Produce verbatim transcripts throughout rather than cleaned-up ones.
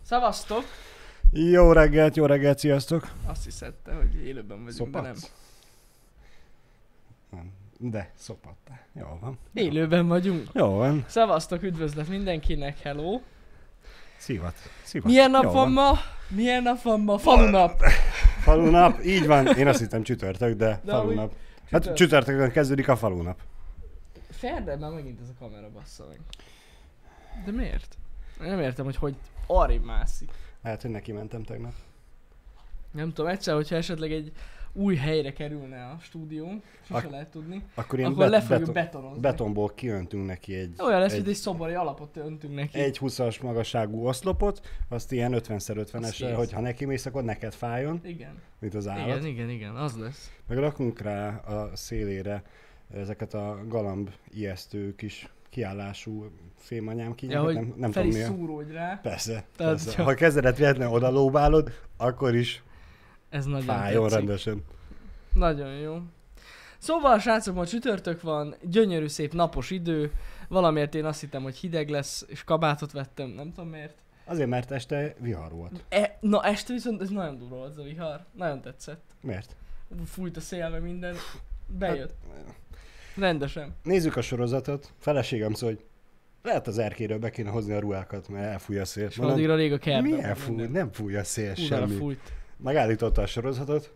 Szevasztok! Jó reggelt, jó reggelt, sziasztok! Azt hiszette, hogy élőben vagyunk, Szopat? de nem. Nem. De, szopattál. Jó van. Élőben vagyunk. Jó van. Szevasztok, üdvözlet mindenkinek, hello! Szívat. Szívat. Milyen nap Jó van ma? Milyen nap van ma? Falunap! Falunap, így van. Én azt hittem csütörtök, de, De falunap. amúgy Hát csütört- csütörtökön kezdődik a falunap. Ferdel már megint ez a kamera, bassza meg. De miért? Én nem értem, hogy hogy arrébb mászik. Lehet, hogy neki mentem tegnap. Nem tudom, egyszer, hogyha esetleg egy új helyre kerülne a stúdió, sose Ak- lehet tudni, Akkor ilyen akkor bet- le fogjuk beton- betonozni. betonból kiöntünk neki egy, Olyan lesz, egy, mint egy szobori alapot öntünk neki. egy húszas magasságú oszlopot, azt ilyen ötven szer Az ötvenesre, kész. hogy ha neki mész, akkor neked fájjon, Igen. mint az állat. Igen, igen, igen, az lesz. Meg rakunk rá a szélére ezeket a galamb ijesztő kis kiállású fémanyám Ja, kínyokat, hogy nem, nem fel tudom is mi a... szúródj rá. Persze, Tehát, persze. csak- Ha kezdedet véletlenül oda lóbálod, akkor is Ez nagyon fájjon tetszik. rendesen. Nagyon jó. Szóval, srácok, ma csütörtök van, gyönyörű szép napos idő, valamiért én azt hittem, hogy hideg lesz, és kabátot vettem, nem tudom miért. Azért, mert este vihar volt. E, na este viszont ez nagyon durva volt ez a vihar, nagyon tetszett. Miért? Fújt a szél, meg minden, bejött. Hát, Rendesen. nézzük a sorozatot. Feleségem szól, hogy lehet az erkéről be kéne hozni a ruhákat, mert elfúj a szél. És addigra rég a kertben. milyen fúj? Nem fúj a szél, Húzára semmi. fújt. Megállította a sorozatot.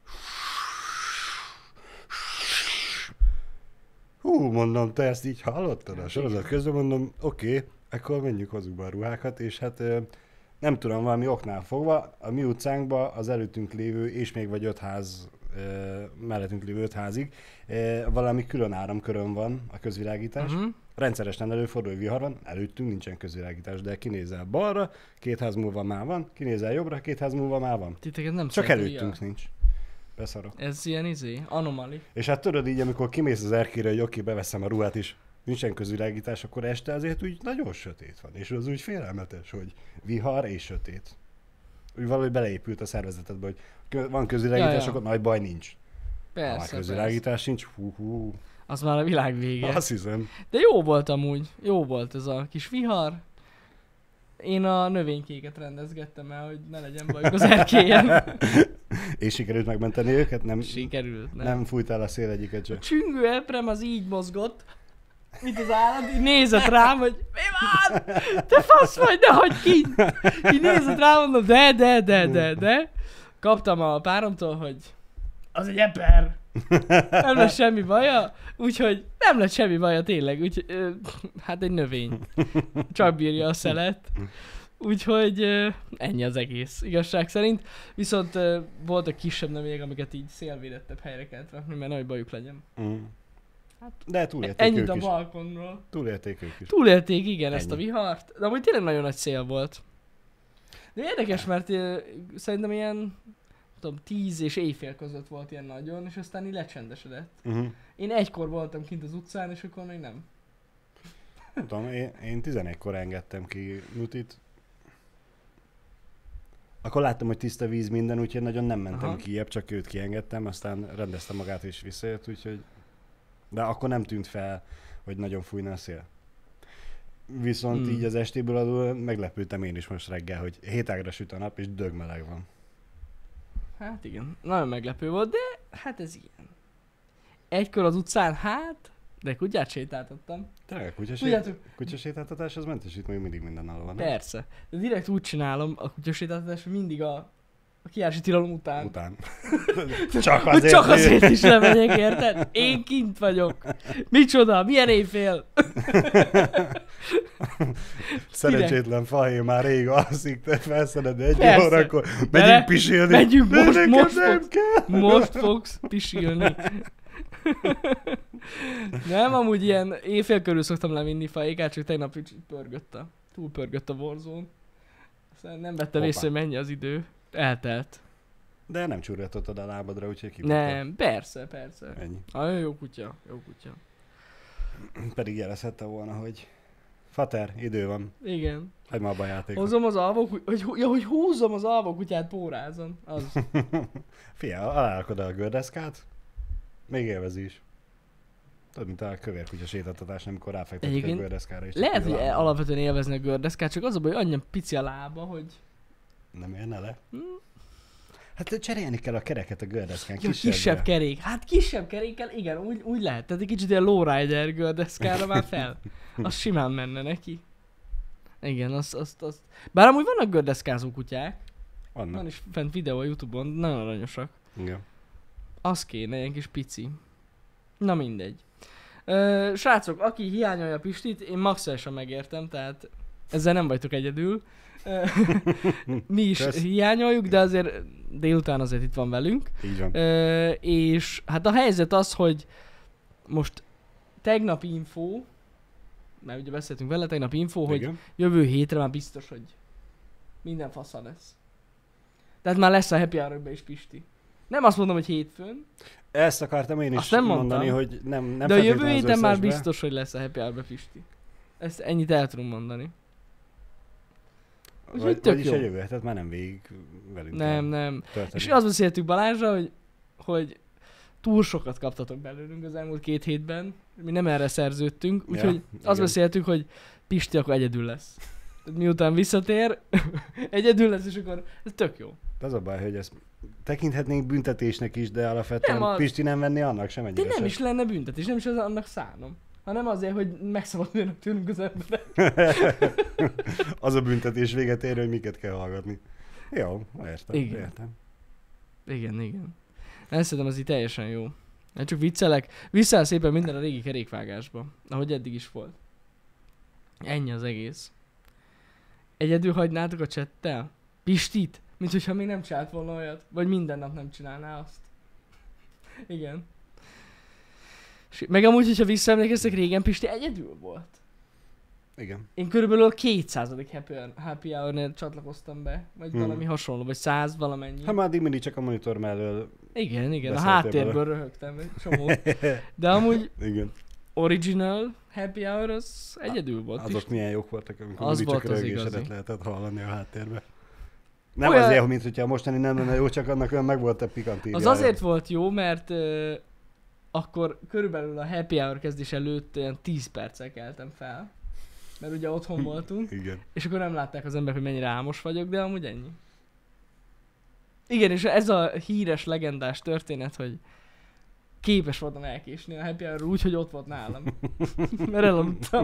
Hú, mondom, te ezt így hallottad a sorozat közben, mondom, oké, okay, akkor menjünk, hozzuk be a ruhákat, és hát ö, nem tudom, valami oknál fogva, a mi utcánkba az előttünk lévő, és még vagy öt ház, ö, mellettünk lévő öt házig, ö, valami külön áramkörön van a közvilágítás. Uh-huh. Rendszeresen előfordul, hogy vihar van, előttünk nincsen közvilágítás, de kinézel balra, két ház múlva már van, kinézel jobbra, két ház múlva már van. Titeket nem Csak szeret a előttünk vihar. nincs. Beszarok. Ez ilyen izé, anomali. És hát tudod így, amikor kimész az erkére, hogy oké, beveszem a ruhát is, nincsen közvilágítás, akkor este azért úgy nagyon sötét van. És az úgy félelmetes, hogy vihar és sötét. Úgy valahogy beleépült a szervezetedbe, hogy kö- van közvilágítás, Ja, ja. akkor nagy baj nincs. Ha Persze, már persze. közvilágítás nincs, hú, hú, Az már a világ vége. azt hiszem. De jó volt amúgy, jó volt ez a kis vihar. Én a növénykéket rendezgettem el, hogy ne legyen bajuk az erkélyen. És sikerült megmenteni őket? Nem, Sikerült, nem. nem fújtál a szél egyiket A sem. csüngő eprem az így mozgott, mint az állat, így nézett rám, hogy mi van? Te fasz vagy, ne hagyd kint! Így nézett rám, mondom, de, de, de, de, de. Kaptam a páromtól, hogy az egy eper. Nem lesz semmi baja, úgyhogy nem lett semmi baja tényleg, úgyhogy ö, hát egy növény. Csak bírja a szelet. Úgyhogy ö, ennyi az egész, igazság szerint. Viszont ö, voltak kisebb növények, amiket így szélvédettebb helyre kellett rakni, mert nagy bajuk legyen. Mm. Hát, De túlélték Ennyit ők a is. balkonról. Túlélték ők is. Túlélték, igen, ezt a Ennyi. vihart, de amúgy tényleg nagyon nagy szél volt. De érdekes, mert ö, szerintem ilyen, nem tudom, tíz és éjfél között volt ilyen nagyon, és aztán így lecsendesedett. Uh-huh. Én egykor voltam kint az utcán, és akkor még nem. Nem tudom, én, én tizenegykor engedtem ki Nutit. Akkor láttam, hogy tiszta víz minden, úgyhogy nagyon nem mentem Aha. kijebb, csak őt kiengedtem, aztán rendezte magát és visszajött, úgyhogy... De akkor nem tűnt fel, hogy nagyon fújna a szél. Viszont Hmm. így az estéből adóan meglepődtem én is most reggel, hogy hétágra süt a nap, és dögmeleg van. Hát igen, nagyon meglepő volt, de hát ez ilyen. Egykor az utcán, hát, de kutyát sétáltattam. Tényleg a kutyasét... Tudjátok, kutyasétáltatás az mentesít még mindig mindennel van, nem? persze. De direkt úgy csinálom a kutyasétáltatást, hogy mindig a, a kijárási tilalom után. Után. Csak azért. Csak azért is lemegyek, érted? Én kint vagyok. Micsoda, milyen éjfél? Szerencsétlen fahé már rég alszik, te felszeded egy Persze. órakor, Bele- megyünk pisilni. megyünk, De most- nekem most nem fogsz- kell. Most fogsz pisilni. Nem, amúgy ilyen éjfél körül szoktam levinni fajékát, csak tegnap így pörgött a, túl pörgött a Warzone. Aztán nem vettem Hoppá. észre, hogy mennyi az idő. Eltelt. De nem csúrjatottad a lábadra, úgyhogy kibújtad. Nem, persze, persze. Ennyi. Ah, jó kutya, jó kutya. Pedig jelezhette volna, hogy Fater, idő van, Igen. hagyd már abba a játékot. Hozom az alvó, hogy, ja, hogy húzom az alvó kutyát pórázon. Az. Fia, alálkod a gördeszkát, még élvezi is. Tudod, mint a kövér kutya sétáltatás, amikor ráfektetik a Egyébként gördeszkára. És lehet, hogy lábam. alapvetően élvezni a gördeszkát, csak az a baj, hogy annyi pici a lába, hogy... Nem érne le? Hmm. Hát cserélni kell a kereket a gördeszkán. Jó, kisebb kerék. Hát kisebb kerékkel, igen, úgy, úgy lehet. Tehát egy kicsit ilyen lowrider gördeszkára már fel. Az simán menne neki. Igen, azt, azt, azt. Bár amúgy vannak gördeszkázó kutyák. Vannak. Van is fent videó a Youtube-on, nagyon aranyosak. Igen. Az kéne, ilyen kis pici. Na mindegy. Ö, srácok, aki hiányolja Pistit, én maximálisan megértem, tehát ezzel nem vagytok egyedül. Ö, Mi is Kösz. hiányoljuk, de azért délután azért itt van velünk. Így van. Ö, és hát a helyzet az, hogy most tegnapi info, mert ugye beszéltünk vele, tegnapi info, hogy Igen. jövő hétre már biztos, hogy minden fasza lesz. Tehát már lesz a happy hour is Pisti. Nem azt mondom, hogy hétfőn, Ezt akartam én is Azt nem mondani, mondtam. hogy nem, nem de a jövő feltétlenül az héten már összesbe. biztos, hogy lesz a happy hour Pisti. Ezt ennyit el tudom mondani. Úgyhogy Vagy, tök vagyis jó. a jövő hetet már nem végig velünk Nem, kell nem. tölteni. És azt beszéltük Balázsra, hogy, hogy túl sokat kaptatok belőlünk az elmúlt két hétben. Mi nem erre szerződtünk, úgyhogy Ja, azt igen. beszéltük, hogy Pisti akkor egyedül lesz. Tehát miután visszatér, egyedül lesz, és akkor ez tök jó. De az a baj, hogy ezt tekinthetnénk büntetésnek is, de alapvetően Nem, az- Pisti nem venni annak sem De egyre nem sem. is lenne büntetés, nem is az annak szánom. Hanem azért, hogy megszabaduljanak tőlünk az emberek. Az a büntetés véget ér, hogy miket kell hallgatni. Jó, értem. Igen. értem. Igen, igen. Ezt szerintem az így teljesen jó. Hát csak viccelek. Vissza szépen minden a régi kerékvágásba. Ahogy eddig is volt. Ennyi az egész. Egyedül hagynátok a csettel? Pistit? Mint hogyha még nem csinált volna olyat. Vagy minden nap nem csinálná azt. Igen. És meg amúgy, hogyha visszaemlékeztek, régen Pisti egyedül volt. Igen. Én körülbelül a kétszázadik happy hour- happy hour-nél csatlakoztam be. Vagy Hmm. valami hasonló, vagy száz valamennyi. Ha már addig mindig csak a monitor mellől. Igen, igen, a Beszéltél háttérből röhögtem egy csomó. De amúgy Igen. original happy hour az egyedül volt is. Azok milyen jók voltak, amikor Az mindig csak volt az rögésedet igazi. lehetett hallani a háttérben. Nem Olyan- azért, mint hogyha a mostani nem lenne jó, csak annak olyan meg volt a pikantíriája. Az azért volt jó, mert uh, akkor körülbelül a happy hour kezdés előtt olyan tíz perccel keltem fel. Mert ugye otthon voltunk, Igen. és akkor nem látták az emberek, hogy mennyire álmos vagyok, de amúgy ennyi. Igen, és ez a híres, legendás történet, hogy képes voltam elkésni a happy hour úgy, hogy ott volt nálam. Mert elaludtam.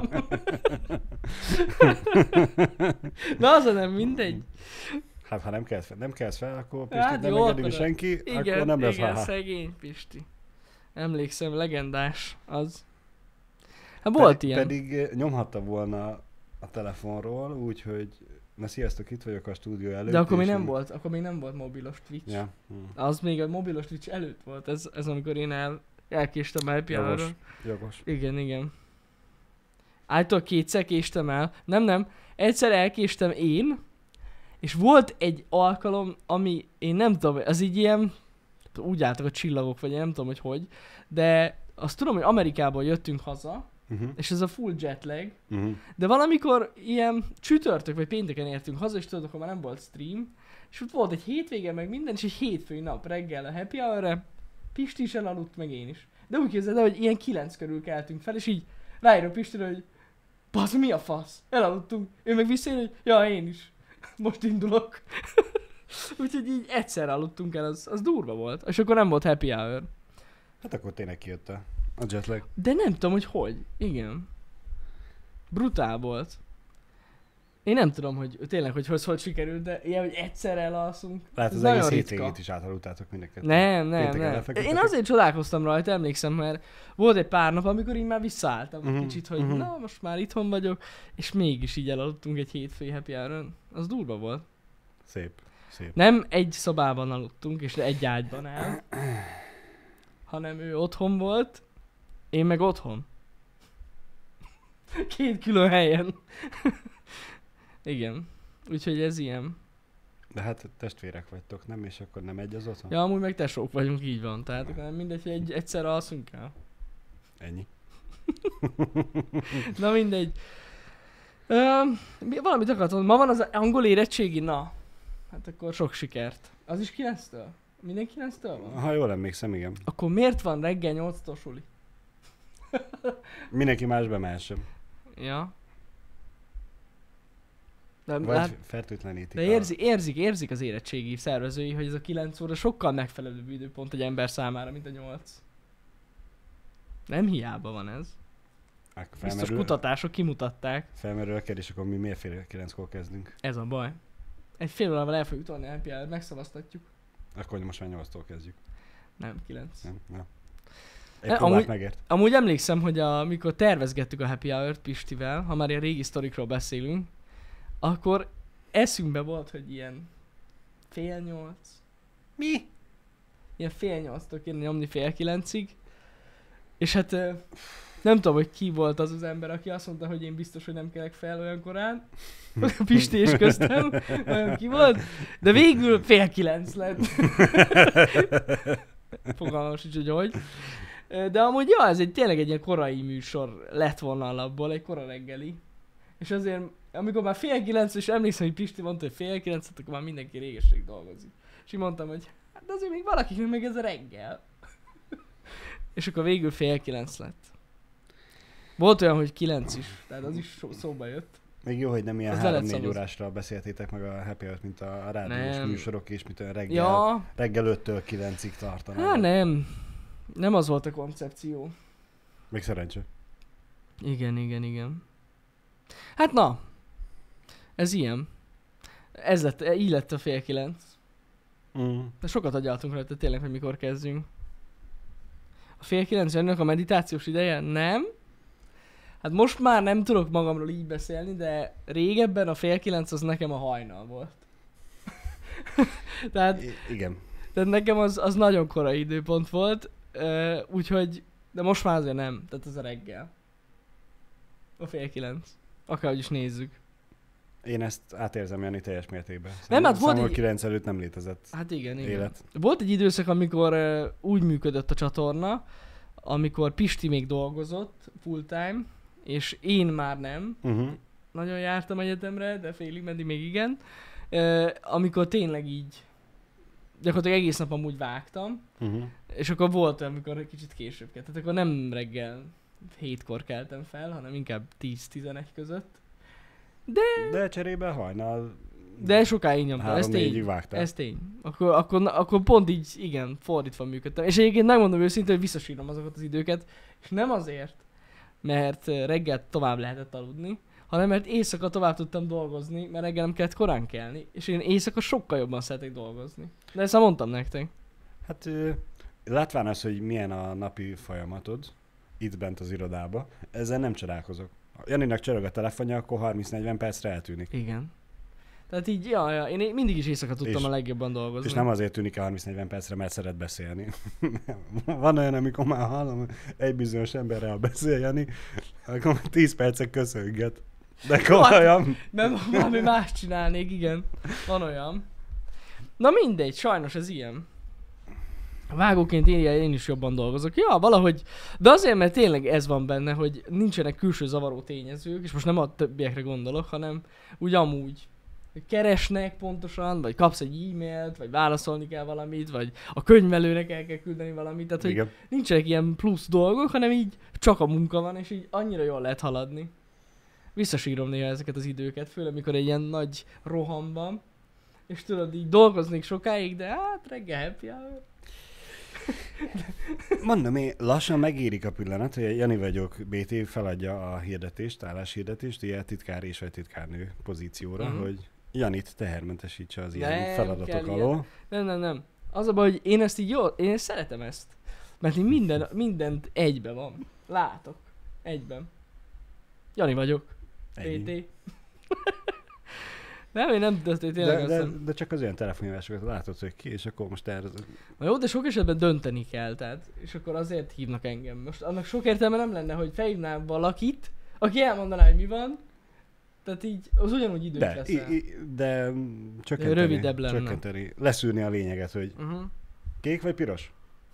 Na az a nem mindegy. Hát ha nem kelsz fel, nem kelsz fel, akkor Pisti Hát nem jó, engedi akkor- senki, Igen, akkor nem lesz igen, ha-ha. szegény Pisti. Emlékszem, legendás az. Hát volt Pe- ilyen. Pedig eh, nyomhatta volna a telefonról, úgyhogy na sziasztok, itt vagyok a stúdió előtt. De akkor még és nem így- volt, akkor még nem volt mobilos Twitch. Ja. Hm. Az még a mobilos Twitch előtt volt, ez, ez amikor én el, elkéstem a happy Jogos. hour-ról. Jogos. Igen, igen. Által kétszer késtem el. Nem, nem. Egyszer elkéstem én, és volt egy alkalom, ami én nem tudom, az így ilyen, úgy álltak a csillagok, vagy én nem tudom, hogy hogy, de azt tudom, hogy Amerikából jöttünk haza, Uh-huh. és ez a full jetlag, Uh-huh. de valamikor ilyen csütörtök vagy pénteken értünk haza, és tudod, akkor már nem volt stream, és ott volt egy hétvége, meg minden, és egy hétfői nap reggel a happy hour-re, Pisti is elaludt, meg én is. De úgy képzeld el, hogy ilyen kilenc körül keltünk fel, és így ráírok Pistire, hogy basz, mi a fasz? Elaludtunk. Ő meg visszajön, hogy ja, én is. Most indulok. Úgyhogy így egyszer aludtunk el, az, az durva volt. És akkor nem volt happy hour. Hát akkor tényleg kijött a a jetlag. De nem tudom, hogy hogy. Igen. Brutál volt. Én nem tudom, hogy tényleg, hogy hogy, hogy sikerült, de ilyen, hogy egyszer elalszunk. Lehet ez az nagyon egész ritka. hétvégét is átaludtátok mindenket. Nem, nem, Pénteken nem. elfeküdtetek? Én azért csodálkoztam rajta, emlékszem, mert volt egy pár nap, amikor így már visszaálltam uh-huh, Mhm, kicsit, hogy mhm. na, most már itthon vagyok, és mégis így elaludtunk egy hétfői happy hour-on. Az durva volt. Szép. Szép. Nem egy szobában aludtunk, és egy ágyban el, hanem ő otthon volt, én meg otthon. Két külön helyen. Igen. Úgyhogy ez ilyen. De hát testvérek vagytok, nem? És akkor nem egy az otthon? Ja, amúgy meg tesók vagyunk, így van. Tehát akkor nem mindegy, hogy egy, egyszer alszunk el. Ennyi. Na mindegy. Ö, mi- valamit akartam, ma van az angol érettségi? Na. Hát akkor sok sikert. Az is kilenctől? Minden kilenctől van? Ha jól emlékszem, igen. Akkor miért van reggel nyolctól suli? Mindenki más bemássa. Ja. De, Vagy hát, fertőtlenítik. de érzi, érzik, érzik az érettségi szervezői, hogy ez a kilenc óra sokkal megfelelőbb időpont egy ember számára, mint a nyolc. Nem hiába van ez. A... Biztos kutatások kimutatták. Felmerül a kérdés, akkor mi miért fél kilenckor kezdünk? Ez a baj. Egy fél órával el fogjuk tolni a happy hour-t, megszavaztatjuk. Akkor most már nyolctól kezdjük. Nem, kilenc. Nem? Na. Egy E, próbát amúgy, megért. amúgy emlékszem, hogy amikor tervezgettük a happy hour-t Pistivel, ha már ilyen régi sztorikról beszélünk, akkor eszünkbe volt, hogy ilyen fél nyolc. Mi? Ilyen fél nyolctól kéne nyomni fél kilencig. És hát nem tudom, hogy ki volt az az ember, aki azt mondta, hogy én biztos, hogy nem kelek fel olyan korán. Pisti és köztem, olyan ki volt. De végül fél kilenc lett. Fogalmam sincs, hogy hogy. De amúgy ja, ez egy tényleg egy ilyen korai műsor lett volna alapból, egy kora reggeli. És azért, amikor már fél kilenc, és emlékszem, hogy Pisti mondta, hogy fél kilenc, akkor már mindenki régesség dolgozik. És így mondtam, hogy hát azért még valakiknek meg ez a reggel. És akkor végül fél kilenc lett. Volt olyan, hogy kilenc is, tehát az is szó, szóba jött. Még jó, hogy nem ilyen Az három-négy órásra beszéltétek meg a happy hour-t, mint a rádiós Nem. műsorok és mint a reggel, Ja, reggel öttől kilencig tartanak. hát nem. Nem az volt a koncepció. Még szerencsé. Igen, igen, igen. Hát na. Ez ilyen. Ez lett, így lett a fél kilenc. Mm. De sokat agyaltunk rajta tényleg, hogy mikor kezdjünk. A fél kilenc jönnek a meditációs ideje? Nem. Hát most már nem tudok magamról így beszélni, de régebben a fél kilenc az nekem a hajnal volt. tehát, I- igen. tehát nekem az, az nagyon korai időpont volt, uh, úgyhogy, de most már azért nem, tehát ez a reggel. A fél kilenc. Akárhogy is nézzük. Én ezt átérzem, Jani, teljes mértékben. Nem, hát volt Számomra egy- kilenc előtt nem létezett Hát igen, igen. élet. Volt egy időszak, amikor uh, úgy működött a csatorna, amikor Pisti még dolgozott full time, és én már nem. Uh-huh. Nagyon jártam egyetemre, de félig meddig még igen. Uh, amikor tényleg így gyakorlatilag egész nap amúgy vágtam, Uh-huh. és akkor volt olyan, amikor egy kicsit később kellett. Tehát akkor nem reggel hétkor keltem fel, hanem inkább tíz-tizenegy között. De cserébe hajnal De sokáig nyomtam, ez három-négyig tény. vágtál. Ez tény. Akkor, akkor, akkor pont így, igen, fordítva működtem. És egyébként megmondom őszintén, hogy visszasírom azokat az időket, és nem azért, mert reggel tovább lehetett aludni, hanem mert éjszaka tovább tudtam dolgozni, mert reggel nem kellett korán kelni, és én éjszaka sokkal jobban szeretek dolgozni. De ezt már mondtam nektek. Hát ö, látván az, hogy milyen a napi folyamatod itt bent az irodába, ezzel nem csodálkozok. Ha Janinak csörög a telefonja, akkor harminc-negyven percre eltűnik. Igen. Tehát így, ja, ja, én mindig is éjszaka tudtam És- a legjobban dolgozni. És nem azért tűnik el harminc-negyven percre, mert szeret beszélni. Van olyan, amikor már hallom, hogy egy bizonyos emberrel beszél Jani, akkor tíz percek köszönget. De komolyan. Nem, valami más csinálnék, igen. Van olyan. Na mindegy, sajnos ez ilyen. Vágóként én, én is jobban dolgozok. Ja, valahogy, de azért, mert tényleg ez van benne, hogy nincsenek külső zavaró tényezők, és most nem a többiekre gondolok, hanem úgy amúgy. Keresnek pontosan, vagy kapsz egy e-mailt, vagy válaszolni kell valamit, vagy a könyvelőnek el kell küldeni valamit, tehát hogy Igen. nincsenek ilyen plusz dolgok, hanem így csak a munka van, és így annyira jól lehet haladni. Visszasírom néha ezeket az időket, főleg mikor egy ilyen nagy rohamban, és tudod, így dolgoznék sokáig, de hát reggel happy hour. Mondom, én lassan megérik a pillanat, hogy Jani vagyok, bé té feladja a hirdetést, álláshirdetést, ilyen titkár és vagy titkárnő pozícióra, Mhm. hogy Janit tehermentesítse az ilyen Nem feladatok kell alól. ilyen. Nem, nem, nem. Az a baj, hogy én ezt így jól, én ezt szeretem ezt. Mert én minden, mindent egyben van. Látok. Egyben. Jani vagyok. bé Ennyi. té. Nem, én nem, de azt én tényleg De, de, azt de csak az olyan telefonhívásokat látod, hogy ki, és akkor most erre... Na jó, de sok esetben dönteni kell, tehát, és akkor azért hívnak engem. Most annak sok értelme nem lenne, hogy felhívnám valakit, aki elmondaná, hogy mi van, tehát így, az ugyanúgy időt De, leszel. i, i, de csökkenteni, rövidebb lenne. csökkenteni, leszűrni a lényeget, hogy Uh-huh. kék vagy piros?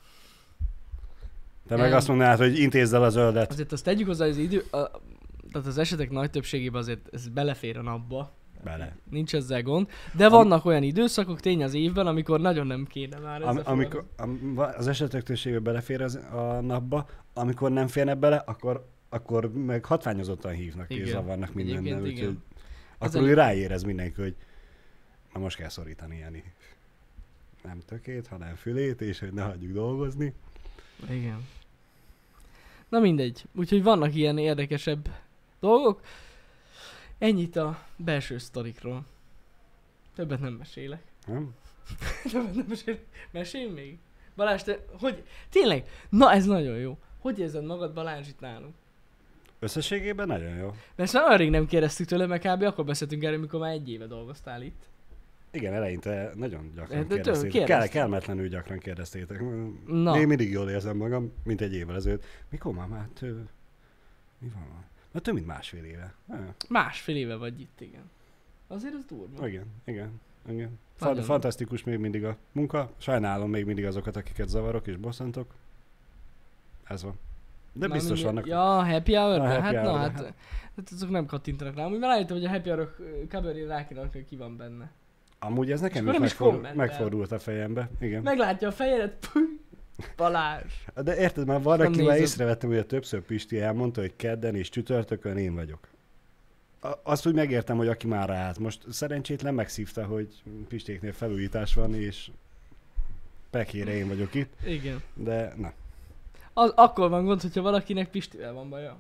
Te Nem. meg azt mondanád, hogy intézd el a zöldet. Azért azt tegyük hozzá, hogy az idő, a, tehát az esetek nagy többségében azért ez belefér a napba. Bele. Nincs ezzel gond. De vannak olyan időszakok tény az évben, amikor nagyon nem kéne már ez Am, a amikor feladat. am, az esetek többsége belefér az, a napba, amikor nem férnek bele, akkor, akkor meg hatványozottan hívnak és Igen. zavarnak mindennel. Egyébként Úgyhogy igen. akkor elég- úgy ráérez mindenki, hogy na most kell szorítani Jani. Nem tökét, hanem fülét, és hogy ne hagyjuk dolgozni. Igen. Na mindegy. Úgyhogy vannak ilyen érdekesebb dolgok. Ennyit a belső sztorikról. Többet nem mesélek. Nem? Többet nem mesélek. Mesélj még? Balázs, te hogy... Tényleg? Na ez nagyon jó. Hogy érzed magad Balázs itt nálunk? Összességében nagyon jó. Mert ezt már olyan rég nem kérdeztük tőle, mert kb. Akkor beszéltünk erről, mikor már egy éve dolgoztál itt. Igen, eleinte nagyon gyakran De tőle kérdeztétek. kérdeztem. Kell, kelmetlenül gyakran kérdeztétek. Na. Én mindig jól érzem magam, mint egy évvel ezelőtt. Mikor már? már tő... Mi van már? Már több mint másfél éve. Ja. Másfél éve vagy itt, igen. Azért az durva. Igen, igen, igen. Nagyon. Fa- fantasztikus még mindig a munka. Sajnálom még mindig azokat, akiket zavarok és bosszantok. Ez van. De Már biztos mindjárt- vannak. Ja, happy hour A happy Hát na, hour-ra, hát, hát. hát azok nem kattintanak rá. Úgy már rájöttem, hogy a happy hour-ok kabaré rá kéne rakni, hogy ki van benne. Amúgy ez nekem akkor is, nem is megfordul, kommentel. megfordult a fejembe. Igen. Meglátja a fejedet, puh, Balázs. De érted, már van, Nem aki már nézed. észrevettem, hogy a többször Pisti elmondta, hogy kedden és csütörtökön én vagyok. A- Azt úgy megértem, hogy aki már ráállt. Most szerencsétlen megszívta, hogy Pistéknél felújítás van, és pekére én vagyok itt, Igen. de na. Az, akkor van gond, hogyha valakinek Pistivel van baja.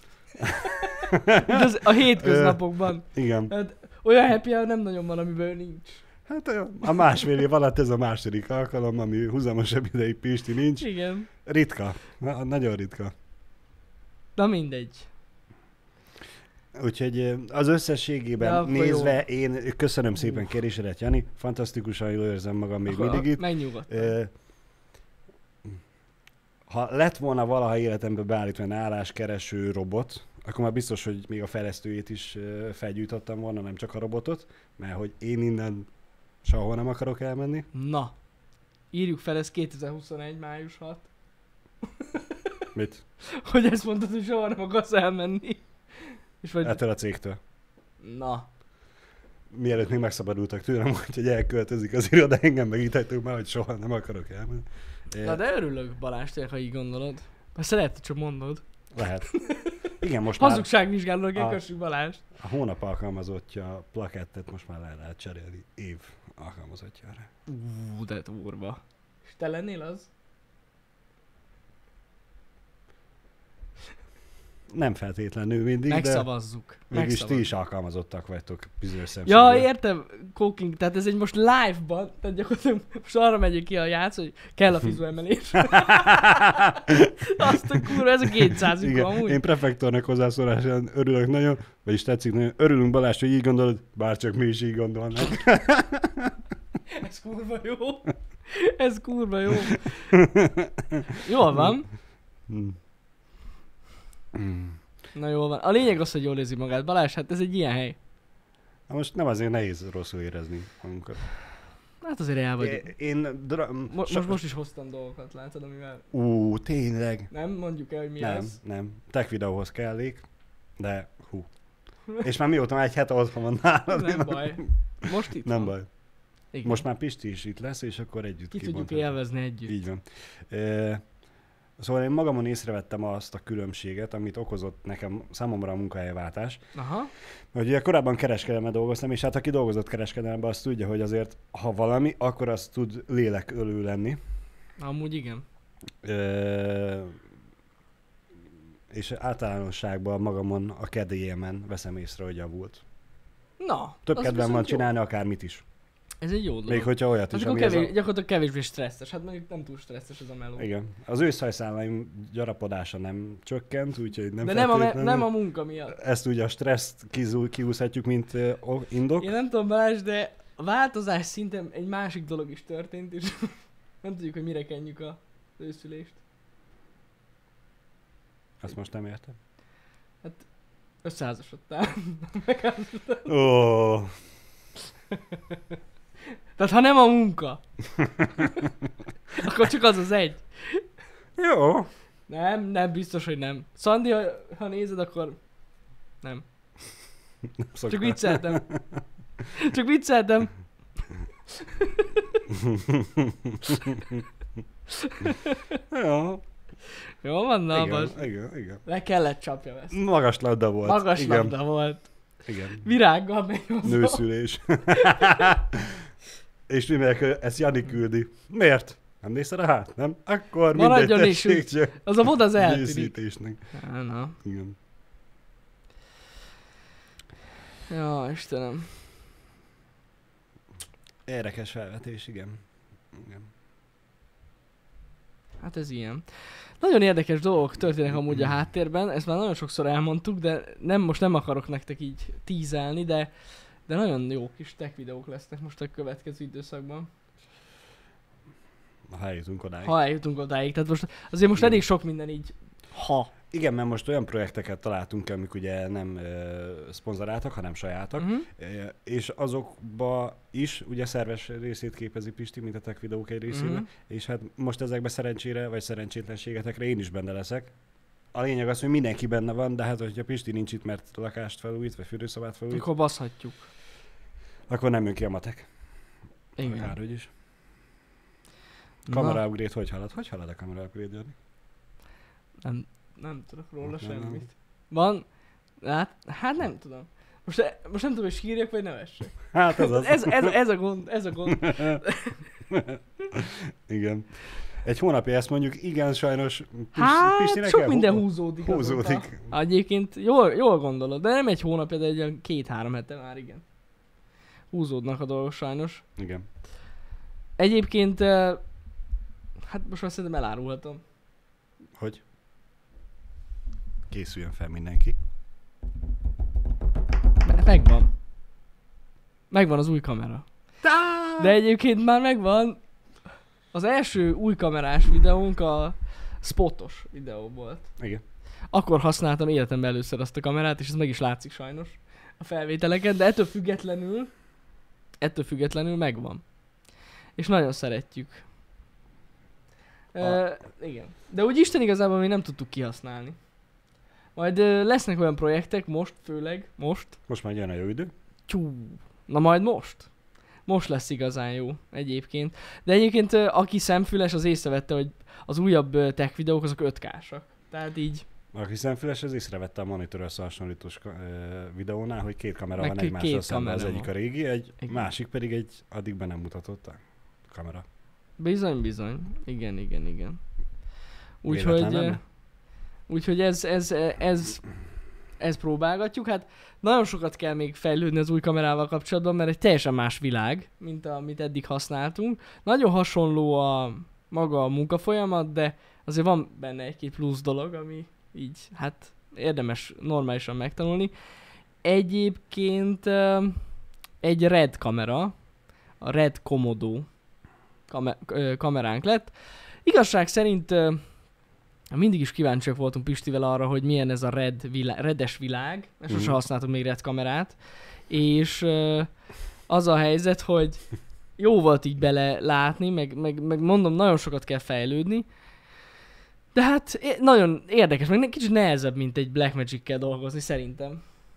De az a hétköznapokban. Igen. Hát, olyan happy hour nem nagyon van, amiből nincs. Hát a- a másfél év alatt ez a második alkalom, ami húzamosabb ideig Pisti nincs. Igen. Ritka. Na, nagyon ritka. Na mindegy. Úgyhogy ö, az összességében Ja, akkor nézve, én köszönöm szépen kérésedet, Jani. Fantasztikusan jól érzem magam még Akkor mindig itt. megnyugodtam. Ö, ha lett volna valaha életembe beállítva egy álláskereső robot, akkor már biztos, hogy még a fejlesztőjét is ö, felgyújtottam volna, nem csak a robotot, mert hogy én innen sehol nem akarok elmenni. Na. Írjuk fel, ez kétezer-huszonegy. május hatodika. Mit? Hogy ezt mondtad, hogy soha nem akarsz elmenni. És vagy... Ettől a cégtől. Na. Mielőtt még megszabadultak tőlem, hogy elköltözik az iroda, engem megítettek már, hogy soha nem akarok elmenni. Na de örülök, Balázs, tényleg, ha így gondolod. Persze lehet, hogy csak mondod. Lehet. Igen, most már Hazugságvizsgálónak A- kössük Balást. a hónap alkalmazottja plakettet most már le lehet cserélni év alkalmazottjára. Ú, de durva. És te lennél az? Nem feltétlenül mindig, de Megszavazzuk. mégis ti Megszavazzuk. is alkalmazottak vagytok bizonyos Ja, szempontból. értem, Cooking, tehát ez egy most live-ban, tehát gyakorlatilag most arra megyek ki a játsz, hogy kell a fizuemelés. Azt a kurva, ez a kétszáz Igen, amúgy. én prefektornak hozzászólásán örülök nagyon, vagyis tetszik nagyon. Örülünk Balázs, hogy így gondolod, bárcsak mi is így gondolnánk. Ez kurva jó. Ez kurva jó. Jól van. Hmm. Hmm. Na jól van. A lényeg az, hogy jól érzi magát. Balázs, hát ez egy ilyen hely. Na most nem azért nehéz rosszul érezni magunkat. Hát azért el vagyunk. É- Én... Dra- Mo- so- most, most is hoztam dolgokat, látod, amivel... Ú, tényleg. Nem mondjuk el, hogy mi nem, ez. nem. Tech videóhoz kellék, de hú. És már mióta már egy hete otthon van nálad. Nem baj. Most itt Nem van. baj. Igen. Most már Pisti is itt lesz, és akkor együtt Ki tudjuk kibonthatjuk. élvezni együtt. Így van. E, szóval én magamon észrevettem azt a különbséget, amit okozott nekem számomra a munkahelyváltás. Aha. Hogy ugye korábban kereskedelemben dolgoztam, és hát aki dolgozott kereskedelemben, az tudja, hogy azért, ha valami, akkor az tud lélekölő lenni. Amúgy igen. E, és általánosságban magamon a kedélyémen veszem észre, hogy javult. Na. Több az kedvem viszont van jó. csinálni akármit is. Ez egy jó dolog. Még hogyha olyat is, Akkor ami ez kevés, a... gyakorlatilag kevésbé stresszes. Hát mondjuk nem túl stresszes ez a meló. Igen. Az őszhajszálaim gyarapodása nem csökkent, úgyhogy nem De nem a, me- feltétlenül. nem a munka miatt. Ezt ugye a stresszt kizú- kiúszhatjuk, mint uh, oh, indok. Én nem tudom Balázs, de a változás szinten egy másik dolog is történt, és nem tudjuk, hogy mire kenjük a őszülést. Azt most nem értem. Összeházasodtál. Megházasodtál. Ó, Tehát ha nem a munka, akkor csak az az egy. jó. Nem, nem, biztos, hogy nem. Szandi, ha, ha nézed, akkor nem. Nem Csak szoktam. vicceltem. Csak vicceltem. Jó. Jó van, na, Igen, most. igen, igen. Le kellett csapjam ezt. Magas labda volt. Magas igen. labda volt. Igen. Virággal megy hozzá. Nőszülés. És mivel ezt Jani küldi. Miért? Nem nézted a hát, nem? Akkor Maradjon mindegy, is, tessék csak. Az a voda az eltűnik. Díszítésnek. Á, na. Igen. Ja, Istenem. Érdekes felvetés, igen. Igen. Hát ez ilyen. Nagyon érdekes dolgok történnek amúgy a háttérben, ezt már nagyon sokszor elmondtuk, de nem, most nem akarok nektek így tízelni, de, de nagyon jó kis tech videók lesznek most a következő időszakban. Ha eljutunk odáig. Ha eljutunk odáig, tehát most azért most elég sok minden így, ha. Igen, mert most olyan projekteket találtunk, amik ugye nem uh, szponzoráltak, hanem sajátak, Uh-huh. uh, és azokba is ugye szerves részét képezi Pisti, mint a tech videók egy részében, Uh-huh. és hát most ezekben szerencsére, vagy szerencsétlenségetekre én is benne leszek. A lényeg az, hogy mindenki benne van, de hát hogyha Pisti nincs itt, mert lakást felújít, vagy fürdőszobát felújít, Akkor baszhatjuk. akkor nem jön ki a matek. Igen. Akárhogy is. Na, Kamera upgrade, hogy halad? Hogy halad a kamera upgrade, Jani? nem, nem tudok róla Nem, nem. semmit. Van? Hát, hát nem tudom. Most, most nem tudom, hogy sírjak vagy nevessek. Hát ez az. Ez, ez, ez a gond, ez a gond. Igen. Egy hónapja ezt mondjuk, igen, sajnos Pist, Hát, Pistinek sok el- minden húzódik. húzódik. azóta. Egyébként jól, jól gondolod, de nem egy hónapja, de egy olyan két-három hete már, igen. Húzódnak a dolgok sajnos. Igen. Egyébként, eh, hát most már szerintem elárulhatom. Hogy? Készüljön fel mindenki. Me- megvan. Megvan az új kamera. De egyébként már megvan. Az első új kamerás videónk a spotos videó volt. Igen. Akkor használtam életemben először azt a kamerát, és ez meg is látszik sajnos a felvételeken, de ettől függetlenül, ettől függetlenül megvan. És nagyon szeretjük. A- Uh, igen. De úgy Isten igazából mi nem tudtuk kihasználni. Majd uh, lesznek olyan projektek, most főleg, most. Most már jön a jó idő. Tyú. Na majd most. Most lesz igazán jó egyébként. De egyébként uh, aki szemfüles, az észrevette, hogy az újabb uh, tech videók azok öt ká-sak. Tehát így Aki szemfüles, az észrevette a monitor összehasonlítós ka- ö, videónál, hogy két kamera Meg van két- egymással két szemben, az kamera egyik a van. régi, egy Igen. másik pedig egy addig be nem mutatott a kamera. bizony, bizony. Igen, igen, igen. Véletlen Úgyhogy, lenne? uh, úgyhogy ez, ez, ez, ez próbálgatjuk. Hát nagyon sokat kell még fejlődni az új kamerával kapcsolatban, mert egy teljesen más világ, mint amit eddig használtunk. Nagyon hasonló a maga a munkafolyamat, de azért van benne egy-két plusz dolog, ami így, hát érdemes normálisan megtanulni. Egyébként ö, egy RED kamera, a RED Komodo kamer- ö, kameránk lett. Igazság szerint ö, mindig is kíváncsiak voltunk Pistivel arra, hogy milyen ez a RED vilá- redes világ, mert sose Mhm. használtunk még RED kamerát, és ö, az a helyzet, hogy jó volt így bele látni, meg, meg, meg mondom, nagyon sokat kell fejlődni, de hát é- nagyon érdekes, meg kicsit nehezebb, mint egy Blackmagic-kel dolgozni szerintem.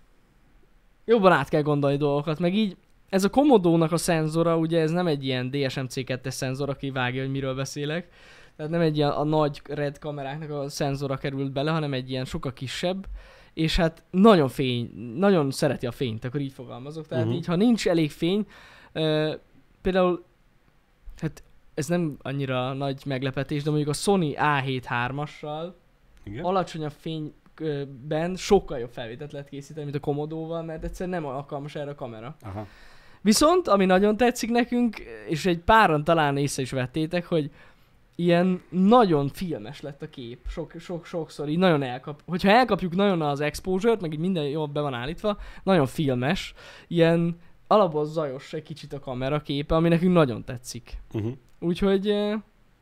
Jobban át kell gondolni dolgokat, meg így ez a Komodo-nak a szenzora, ugye ez nem egy ilyen dé es em cé kettes szenzor, aki vágja, hogy miről beszélek. Tehát nem egy ilyen a nagy RED kameráknak a szenzora került bele, hanem egy ilyen sokkal kisebb, és hát nagyon fény, nagyon szereti a fényt, akkor így fogalmazok. Tehát Mhm. így, ha nincs elég fény, uh, például, hát ez nem annyira nagy meglepetés, de mondjuk a Sony á hét hármassal Igen? alacsonyabb fényben sokkal jobb felvételt lehet készíteni, mint a Komodo-val, mert egyszerűen nem alkalmas erre a kamera. Aha. Viszont, ami nagyon tetszik nekünk, és egy páran talán észre is vettétek, hogy ilyen nagyon filmes lett a kép, sok, sok, sokszor így nagyon elkap. Hogyha elkapjuk nagyon az exposure-t, meg így minden jól be van állítva, nagyon filmes, ilyen alapból zajos egy kicsit a kamera képe, ami nekünk nagyon tetszik. Uh-huh. Úgyhogy uh,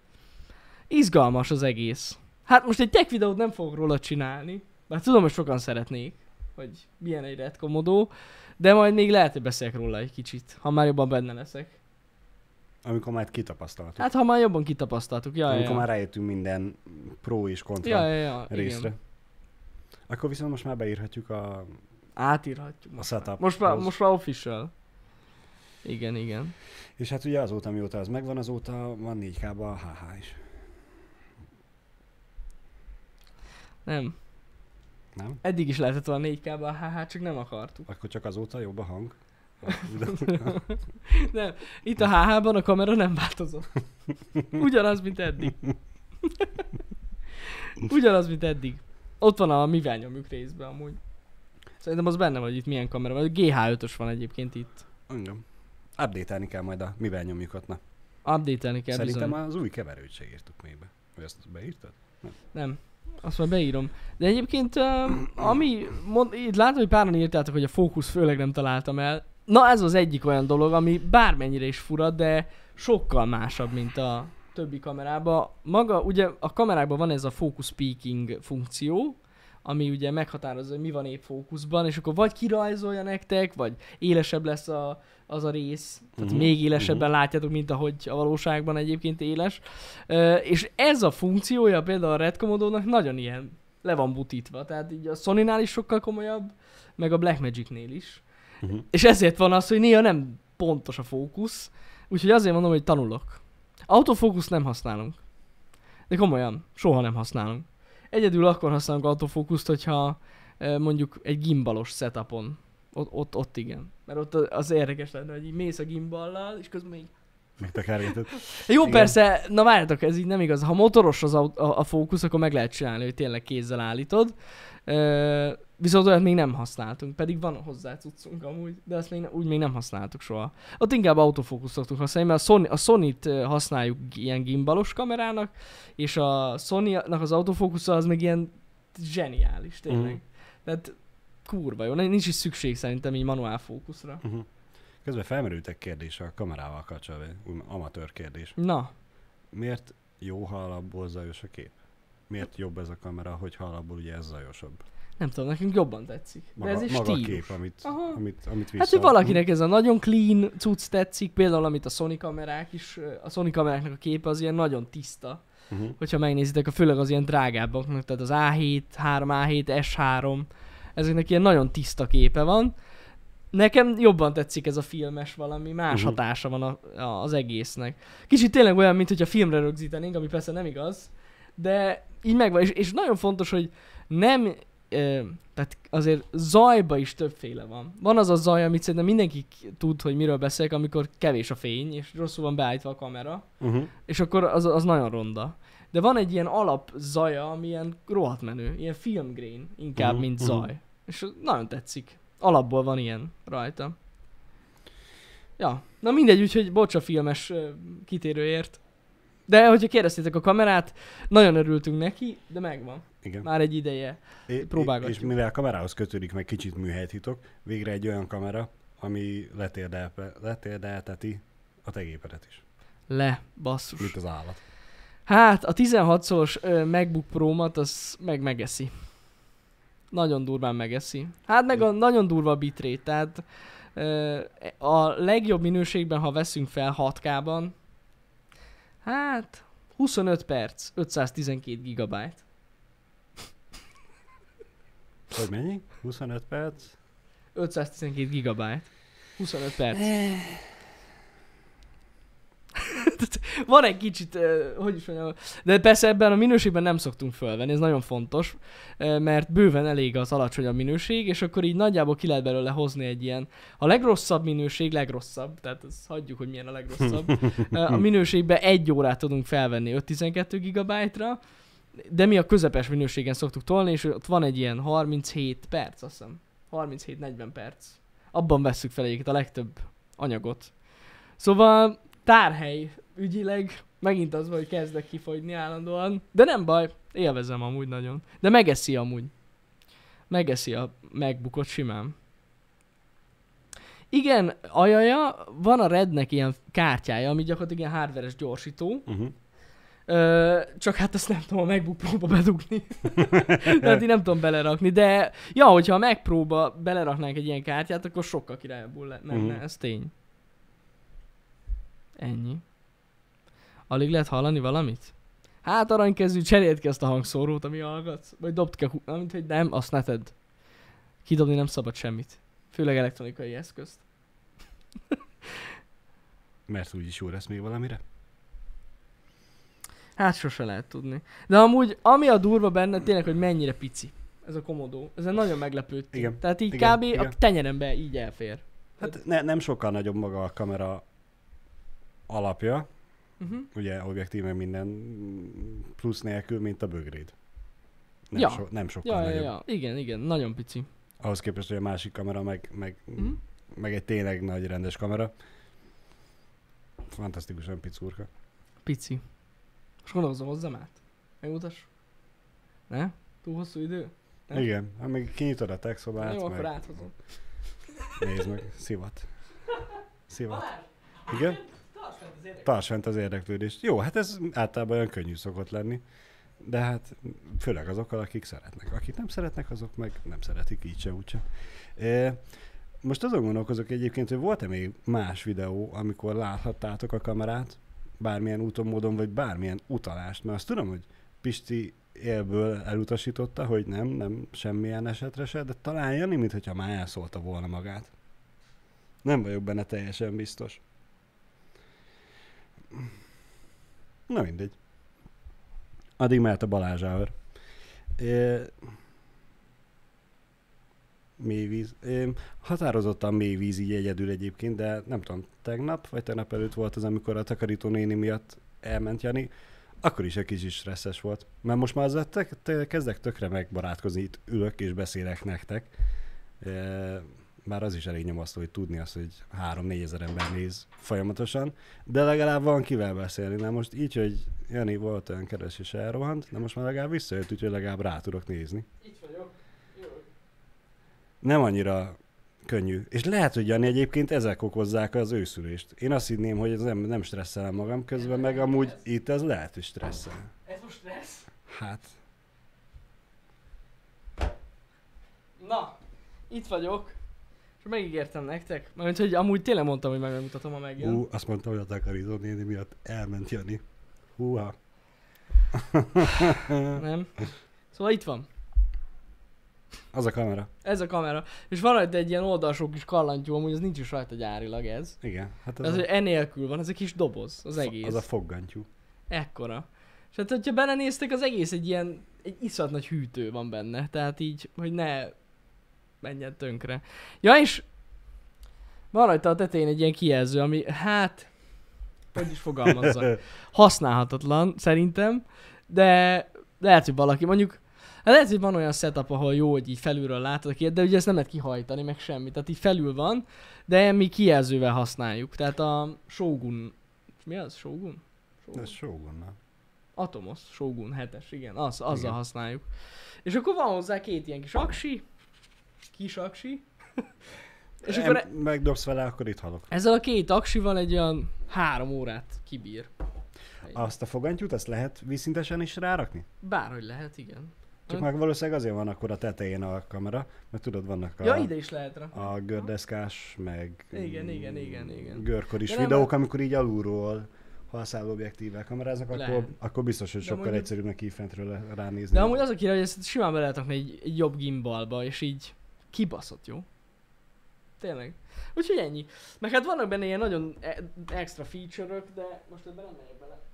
izgalmas az egész. Hát most egy tech videót nem fogok róla csinálni, bár tudom, hogy sokan szeretnék, hogy milyen egy RED Komodo, de majd még lehet, hogy beszélek róla egy kicsit, ha már jobban benne leszek. Amikor majd kitapasztaltuk. Hát ha már jobban kitapasztaltuk, ja, Amikor ja. már rájöttünk minden pro és kontra Ja, ja, ja, részre. igen. Akkor viszont most már beírhatjuk a, Átírhatjuk. a Most már. setup. Most már, most már official. Igen, igen. És hát ugye azóta, mióta az megvan, azóta van négy ká-ba a há há is. Nem. Nem? Eddig is lehetett volna négy ká-ba a há há, csak nem akartuk. Akkor csak azóta jobb a hang? Nem. Itt a há há-ban a kamera nem változott. Ugyanaz, mint eddig. Ugyanaz, mint eddig. Ott van a mivel nyomjuk részben amúgy. Szerintem az benne vagy itt milyen kamera van. gé há ötös van egyébként itt. Igen. Update-elni kell majd a mivel nyomjukat, na. Update-elni kell. Szerintem bizony. az új keverőt se írtuk még be. Vagy ezt beírtad? Nem. Azt már beírom. De egyébként, um, ami, mond, itt látom, hogy páran írtátok, hogy a fókusz főleg nem találtam el. Na ez az egyik olyan dolog, ami bármennyire is fura, de sokkal másabb, mint a többi kamerában. Maga, ugye a kamerákban van ez a focus peaking funkció, ami ugye meghatározza, hogy mi van épp fókuszban, és akkor vagy kirajzolja nektek, vagy élesebb lesz a, az a rész, tehát Uh-huh. még élesebben Uh-huh. látjátok, mint ahogy a valóságban egyébként éles. Ö, és ez a funkciója például a Red Komodo-nak nagyon ilyen le van butítva, tehát így a Sony-nál is sokkal komolyabb, meg a Blackmagic-nél is. Uh-huh. És ezért van az, hogy néha nem pontos a fókusz, úgyhogy azért mondom, hogy tanulok. Autofókuszt nem használunk. De komolyan, soha nem használunk. Egyedül akkor használunk autofókuszt, hogyha e, mondjuk egy gimbalos setupon. Ott, ott, ott igen. Mert ott az érdekes lenne, hogy így mész a gimballal, és közben még... Még tekergeted. Jó, Igen. persze, na várjatok, ez így nem igaz. Ha motoros az a, a, a fókusz, akkor meg lehet csinálni, hogy tényleg kézzel állítod. E, viszont olyat még nem használtunk, pedig van hozzá cuccunk amúgy, de azt még ne, úgy még nem használtuk soha. Ott inkább autofókusz szoktunk használni, mert a, Sony, a Sony-t használjuk ilyen gimbalos kamerának, és a Sony-nak az autofókusza az meg ilyen zseniális, tényleg. Mhm. Tehát kurva jó, nincs is szükség szerintem így manuál fókuszra. Uh-huh. Közben felmerültek kérdések a kamerával kapcsolatban, úgy amatőr kérdés. Na, Miért jó, ha alapból zajos a kép? Miért jobb ez a kamera, hogy ha alapból ugye ez zajosabb? nem tudom, nekünk jobban tetszik. De Maga, ez egy maga a stílus. kép, amit, Aha. amit, amit vissza... Hát, hogy valakinek ez a nagyon clean cucc tetszik, például amit a Sony kamerák is, a Sony kameráknak a képe az ilyen nagyon tiszta. Uh-huh. Hogyha megnézitek, a főleg az ilyen drágábbaknak, tehát az á hét, három á hét, es három, ezeknek ilyen nagyon tiszta képe van. Nekem jobban tetszik ez a filmes valami, más Uh-huh. hatása van a, a, az egésznek. Kicsit tényleg olyan, mint hogyha filmre rögzítenénk, ami persze nem igaz, de így megvan, és, és nagyon fontos, hogy nem, ö, tehát azért zajba is többféle van. Van az a zaj, amit szerintem mindenki tud, hogy miről beszélek, amikor kevés a fény, és rosszul van beállítva a kamera, Uh-huh. és akkor az, az nagyon ronda. De van egy ilyen alap zaja, ami ilyen rohadt menő, ilyen filmgrain inkább, Mhm, mint mhm. zaj. És az nagyon tetszik. Alapból van ilyen rajta. Ja, na mindegy, úgyhogy bocs a filmes ö, kitérőért. De hogyha kérdeztétek a kamerát, nagyon örültünk neki, de megvan. Igen. Már egy ideje. É- próbálgatjuk. És mivel kamerához kötődik meg kicsit műhelytitok, végre egy olyan kamera, ami letérdel- letérdelteti a te gépedet is, Le, basszus. mint az állat. Hát a tizenhat szoros ö, MacBook Pro-mat az meg megeszi. Nagyon durván megeszi. Hát meg a nagyon durva a bitrate, tehát ö, a legjobb minőségben, ha veszünk fel hat ká-ban, hát huszonöt perc, ötszáztizenkét gigabyte. Hogy mennyi? huszonöt perc? ötszáztizenkét gigabyte. huszonöt perc. Van egy kicsit, uh, hogy is mondjam, de persze ebben a minőségben nem szoktunk fölvenni, ez nagyon fontos, uh, mert bőven elég az alacsonyabb minőség, és akkor így nagyjából ki lehet belőle hozni egy ilyen, a legrosszabb minőség, legrosszabb, tehát ezt hagyjuk, hogy milyen a legrosszabb, uh, a minőségben egy órát tudunk felvenni ötszáztizenkettő gigabyte-ra, de mi a közepes minőségen szoktuk tolni, és ott van egy ilyen harminchét perc, azt hiszem, harminchét-negyven perc. Abban vesszük fel egyébként a legtöbb anyagot. Szóval tárhely ügyileg megint az van, hogy kezdek kifogyni állandóan, de nem baj, élvezem amúgy nagyon. De megeszi amúgy. Megeszi a MacBookot simán. Igen, ajaja, van a Rednek ilyen kártyája, ami gyakorlatilag ilyen hardveres gyorsító. Uh-huh. Ö, csak hát ezt nem tudom a MacBook Pro-ba bedugni. Tehát én nem tudom belerakni, de ja, hogyha a Mac Pro-ba beleraknánk egy ilyen kártyát, akkor sokkal királyabbul le- menne, Mhm. ez tény. Ennyi. Alig lehet hallani valamit? Hát aranykezű, cseréld ki azt a hangszórót, ami hallgatsz. Vagy dobd ki a hu- amit, hogy nem, azt ne tedd. Kidobni nem szabad semmit. Főleg elektronikai eszközt. Mert úgyis jó lesz még valamire. Hát sose lehet tudni. De amúgy, ami a durva benne, tényleg, hogy mennyire pici ez a Komodo. Ezen nagyon meglepődtem. Igen. Tehát így Igen, kb. igen. A tenyerembe így elfér. Hát ne, nem sokkal nagyobb maga a kamera alapja, Uh-huh. ugye objektív meg minden plusz nélkül, mint a bögréd. Nem, Ja. so, nem sokkal Ja, ja, nagyobb. ja. Igen, igen, nagyon pici. Ahhoz képest, hogy a másik kamera meg, meg, Uh-huh. meg egy tényleg nagy rendes kamera. Fantasztikusan picurka. Pici. Most gondolkozom, hozzám át. Megmutass? Ne? Túl hosszú idő? Nem? Igen, ha még kinyitod a tech Na szobát, jó, akkor meg áthozom. nézd meg, szivat. Szivat. Balázs! Igen? Tartsd fent az érdeklődést. Tarts fent az érdeklődést. Jó, hát ez általában olyan könnyű szokott lenni. De hát főleg azokkal, akik szeretnek. Akik nem szeretnek, azok meg nem szeretik így se, úgyse. E, most azon gondolkozok egyébként, hogy volt-e még más videó, amikor láthattátok a kamerát, bármilyen úton, módon, vagy bármilyen utalást, mert azt tudom, hogy Pisti élből elutasította, hogy nem, nem semmilyen esetre se, de talán Jani, mintha már elszólta volna magát. Nem vagyok benne teljesen biztos. Na mindegy. Addig mehet a Balázs hour. É... Mélyvíz. É... Határozottan mélyvíz így egyedül egyébként, de nem tudom, tegnap vagy tegnap előtt volt az, amikor a takarító néni miatt elment Jani, akkor is egy kicsit stresszes volt. Mert most már azzal te, te kezdek tökre megbarátkozni, itt ülök és beszélek nektek. É... Bár az is elég nyomasztó, hogy tudni azt, hogy három-négy ezer ember néz folyamatosan, de legalább van kivel beszélni. Na most így, hogy Jani volt olyan kedves és elrohant, de most már legalább visszajött, úgyhogy legalább rá tudok nézni. Itt vagyok. Jó. Nem annyira könnyű. És lehet, hogy Jani egyébként ezek okozzák az őszülést. Én azt hinném, hogy ez nem, nem stresszelem magam közben, meg amúgy itt ez lehet, hogy stresszel. Ez most lesz? Hát, Na, itt vagyok. És megígértem nektek. Mert hogy amúgy tényleg mondtam, hogy megmutatom, ha megjön. ú, azt mondta, hogy a takarító néni miatt elment Jani. Húha. Nem. Szóval itt van. Az a kamera. Ez a kamera. És van rajta egy ilyen oldalsó kis kallantyú, amúgy az nincs is rajta gyárilag ez. Igen. Hát az, Ez, a, hogy enélkül van, ez egy kis doboz, az egész. az a foggantyú. Ekkora. És hát, hogyha belenéztek, az egész egy ilyen, egy iszonyat nagy hűtő van benne. Tehát így, hogy ne menjen tönkre. Ja, és van rajta a tetején egy ilyen kijelző, ami, hát, hogy is fogalmazzak, használhatatlan szerintem, de lehet, hogy valaki, mondjuk, lehet, hogy van olyan setup, ahol jó, hogy így felülről látod a képet, de ugye ezt nem lehet kihajtani, meg semmi. Tehát így felül van, de mi kijelzővel használjuk. Tehát a Shogun, mi az? Shogun? Shogun. Ez Shogunnal. Atomos, Shogun hetes, igen, az, azzal Igen. használjuk. És akkor van hozzá két ilyen kis aksi, kis aksi, és akkor e- Megdobsz vele, akkor itt halok. ezzel a két aksival egy olyan három órát kibír. Azt a fogantyút, azt lehet vízszintesen is rárakni? Bárhogy lehet, igen. Csak meg valószínűleg azért van akkor a tetején a kamera, mert tudod, vannak a, Ja, ide is lehet rá. a gördeszkás, meg Igen, igen, igen, igen. görkor is De nem videók, a- amikor így alulról halszáló objektívvel kameráznak, akkor, Lehet. akkor biztos, hogy De sokkal mondjuk- egyszerűbb neki fentről ránézni. De amúgy az a király, hogy ezt simán be lehet rakni egy, egy jobb gimbalba, és így kibaszott, jó? Tényleg. Úgyhogy ennyi. Meg hát vannak benne ilyen nagyon e- extra feature-ök, de most ebben nem megyek bele.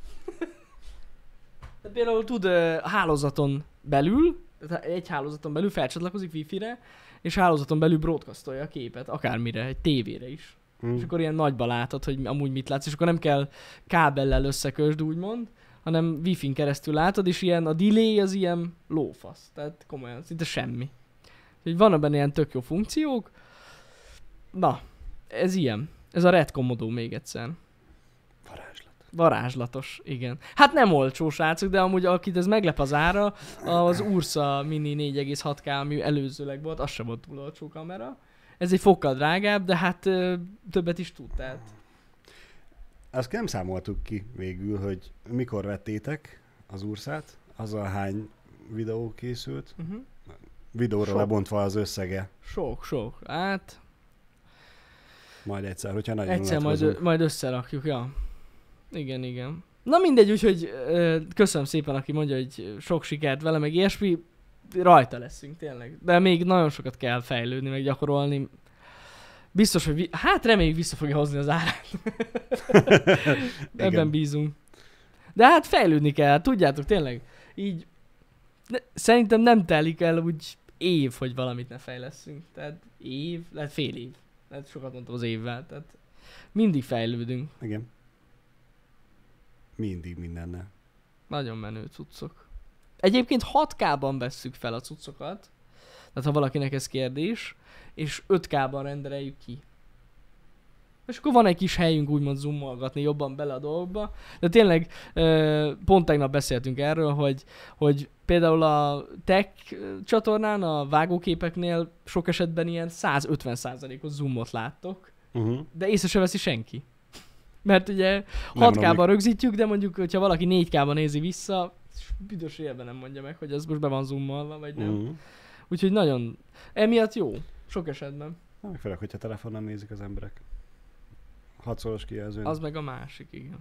De például tud uh, hálózaton belül, tehát egy hálózaton belül felcsatlakozik wifi-re, és hálózaton belül broadcastolja a képet, akármire, egy tévére is. Hmm. És akkor ilyen nagyba látod, hogy amúgy mit látsz, és akkor nem kell kábellel összekösd, úgymond, hanem wifi-n keresztül látod, és ilyen a delay az ilyen lófasz. Tehát komolyan, szinte semmi. Úgyhogy vannak benne ilyen tök jó funkciók. Na, ez ilyen. Ez a Red Komodo még egyszer. Varázslat. Varázslatos, igen. Hát nem olcsó, srácok, de amúgy akit ez meglep az ára, az Ursa Mini négy egész hat ká, ami előzőleg volt, az sem volt túl olcsó kamera. Ez egy fokkal drágább, de hát ö, többet is tud, tehát. Azt nem számoltuk ki végül, hogy mikor vettétek az Ursát, azzal hány videó készült, Uh-huh. videóra Sok. lebontva az összege, Sok, sok. Hát majd egyszer, hogyha nagyon egyszer majd, unatkozunk. ö- majd összerakjuk, ja. Igen, igen. Na mindegy, úgyhogy ö, köszönöm szépen, aki mondja, hogy sok sikert vele, meg ilyesmi. Rajta leszünk, tényleg. De még nagyon sokat kell fejlődni, meg gyakorolni. Biztos, hogy vi- hát reméljük vissza fogja hozni az árát. Ebben Igen. bízunk. De hát fejlődni kell, tudjátok, tényleg. Így ne, szerintem nem telik el úgy év, hogy valamit ne fejleszünk. Tehát év, lehet fél év. Lehet sokat mondtam az évvel, tehát mindig fejlődünk. Igen. Mindig mindennel. Nagyon menő cuccok. Egyébként hat ká-ban vesszük fel a cuccokat, tehát ha valakinek ez kérdés, és öt ká-ban rendeljük ki. És akkor van egy kis helyünk úgymond zoomolgatni jobban bele a dolgokba. De tényleg pont tegnap beszéltünk erről, hogy, hogy például a tech csatornán, a vágóképeknél sok esetben ilyen száz ötven százalékos zoomot láttok, Uh-huh. de észre se veszi senki. Mert ugye hat ká-ban rögzítjük, de mondjuk, hogyha valaki négy ká-ban nézi vissza, büdös élben nem mondja meg, hogy az most be van zoomolva, vagy nem. Uh-huh. Úgyhogy nagyon, emiatt jó, sok esetben. Na, meg főleg, hogyha telefonon nézik az emberek. Hatszoros kijelzőn. Az meg a másik, igen.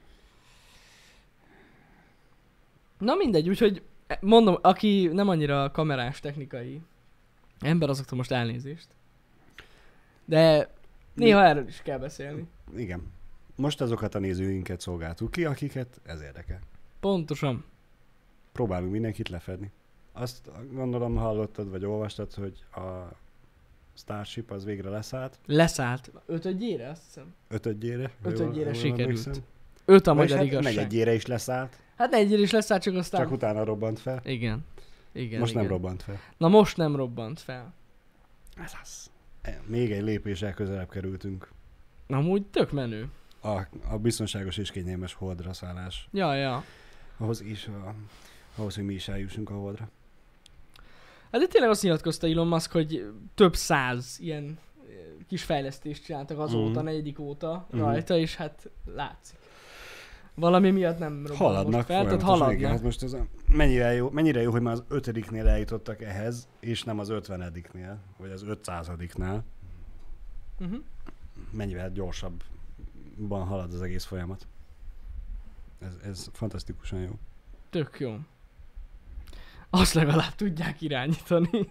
Na mindegy, úgyhogy mondom, aki nem annyira kamerás, technikai ember, azoktól most elnézést. De néha Mi? erről is kell beszélni. Igen. Most azokat a nézőinket szolgáltuk ki, akiket ez érdekel. Pontosan. Próbálunk mindenkit lefedni. Azt gondolom hallottad, vagy olvastad, hogy a Starship az végre leszállt. Leszállt. Ötödjére, azt hiszem. Ötödjére? Ötödjére sikerült. Öt a magyar hát igazság. negyedjére is leszállt. Hát negyedjére is leszállt, csak aztán... Csak utána robbant fel. Igen. Igen, most igen. nem robbant fel. Na most nem robbant fel. Ez az. Még egy lépéssel közelebb kerültünk. Amúgy tök menő. A, a biztonságos és kényelmes holdra szállás. Ja, ja. Ahhoz is, a, ahhoz, hogy mi is eljussunk a holdra. Hát de tényleg azt nyilatkozta Elon Musk, hogy több száz ilyen kis fejlesztést csináltak azóta, mm. negyedik óta mm. rajta, és hát látszik. Valami miatt nem robban haladnak most fel, tehát haladnak. haladnak. Hát most ez a, mennyire, jó, mennyire jó, hogy már az ötödiknél eljutottak ehhez, és nem az ötvenediknél, vagy az ötszázadiknál. Uh-huh. Mennyivel gyorsabban halad az egész folyamat. Ez, ez fantasztikusan jó. Tök jó. Azt legalább tudják irányítani.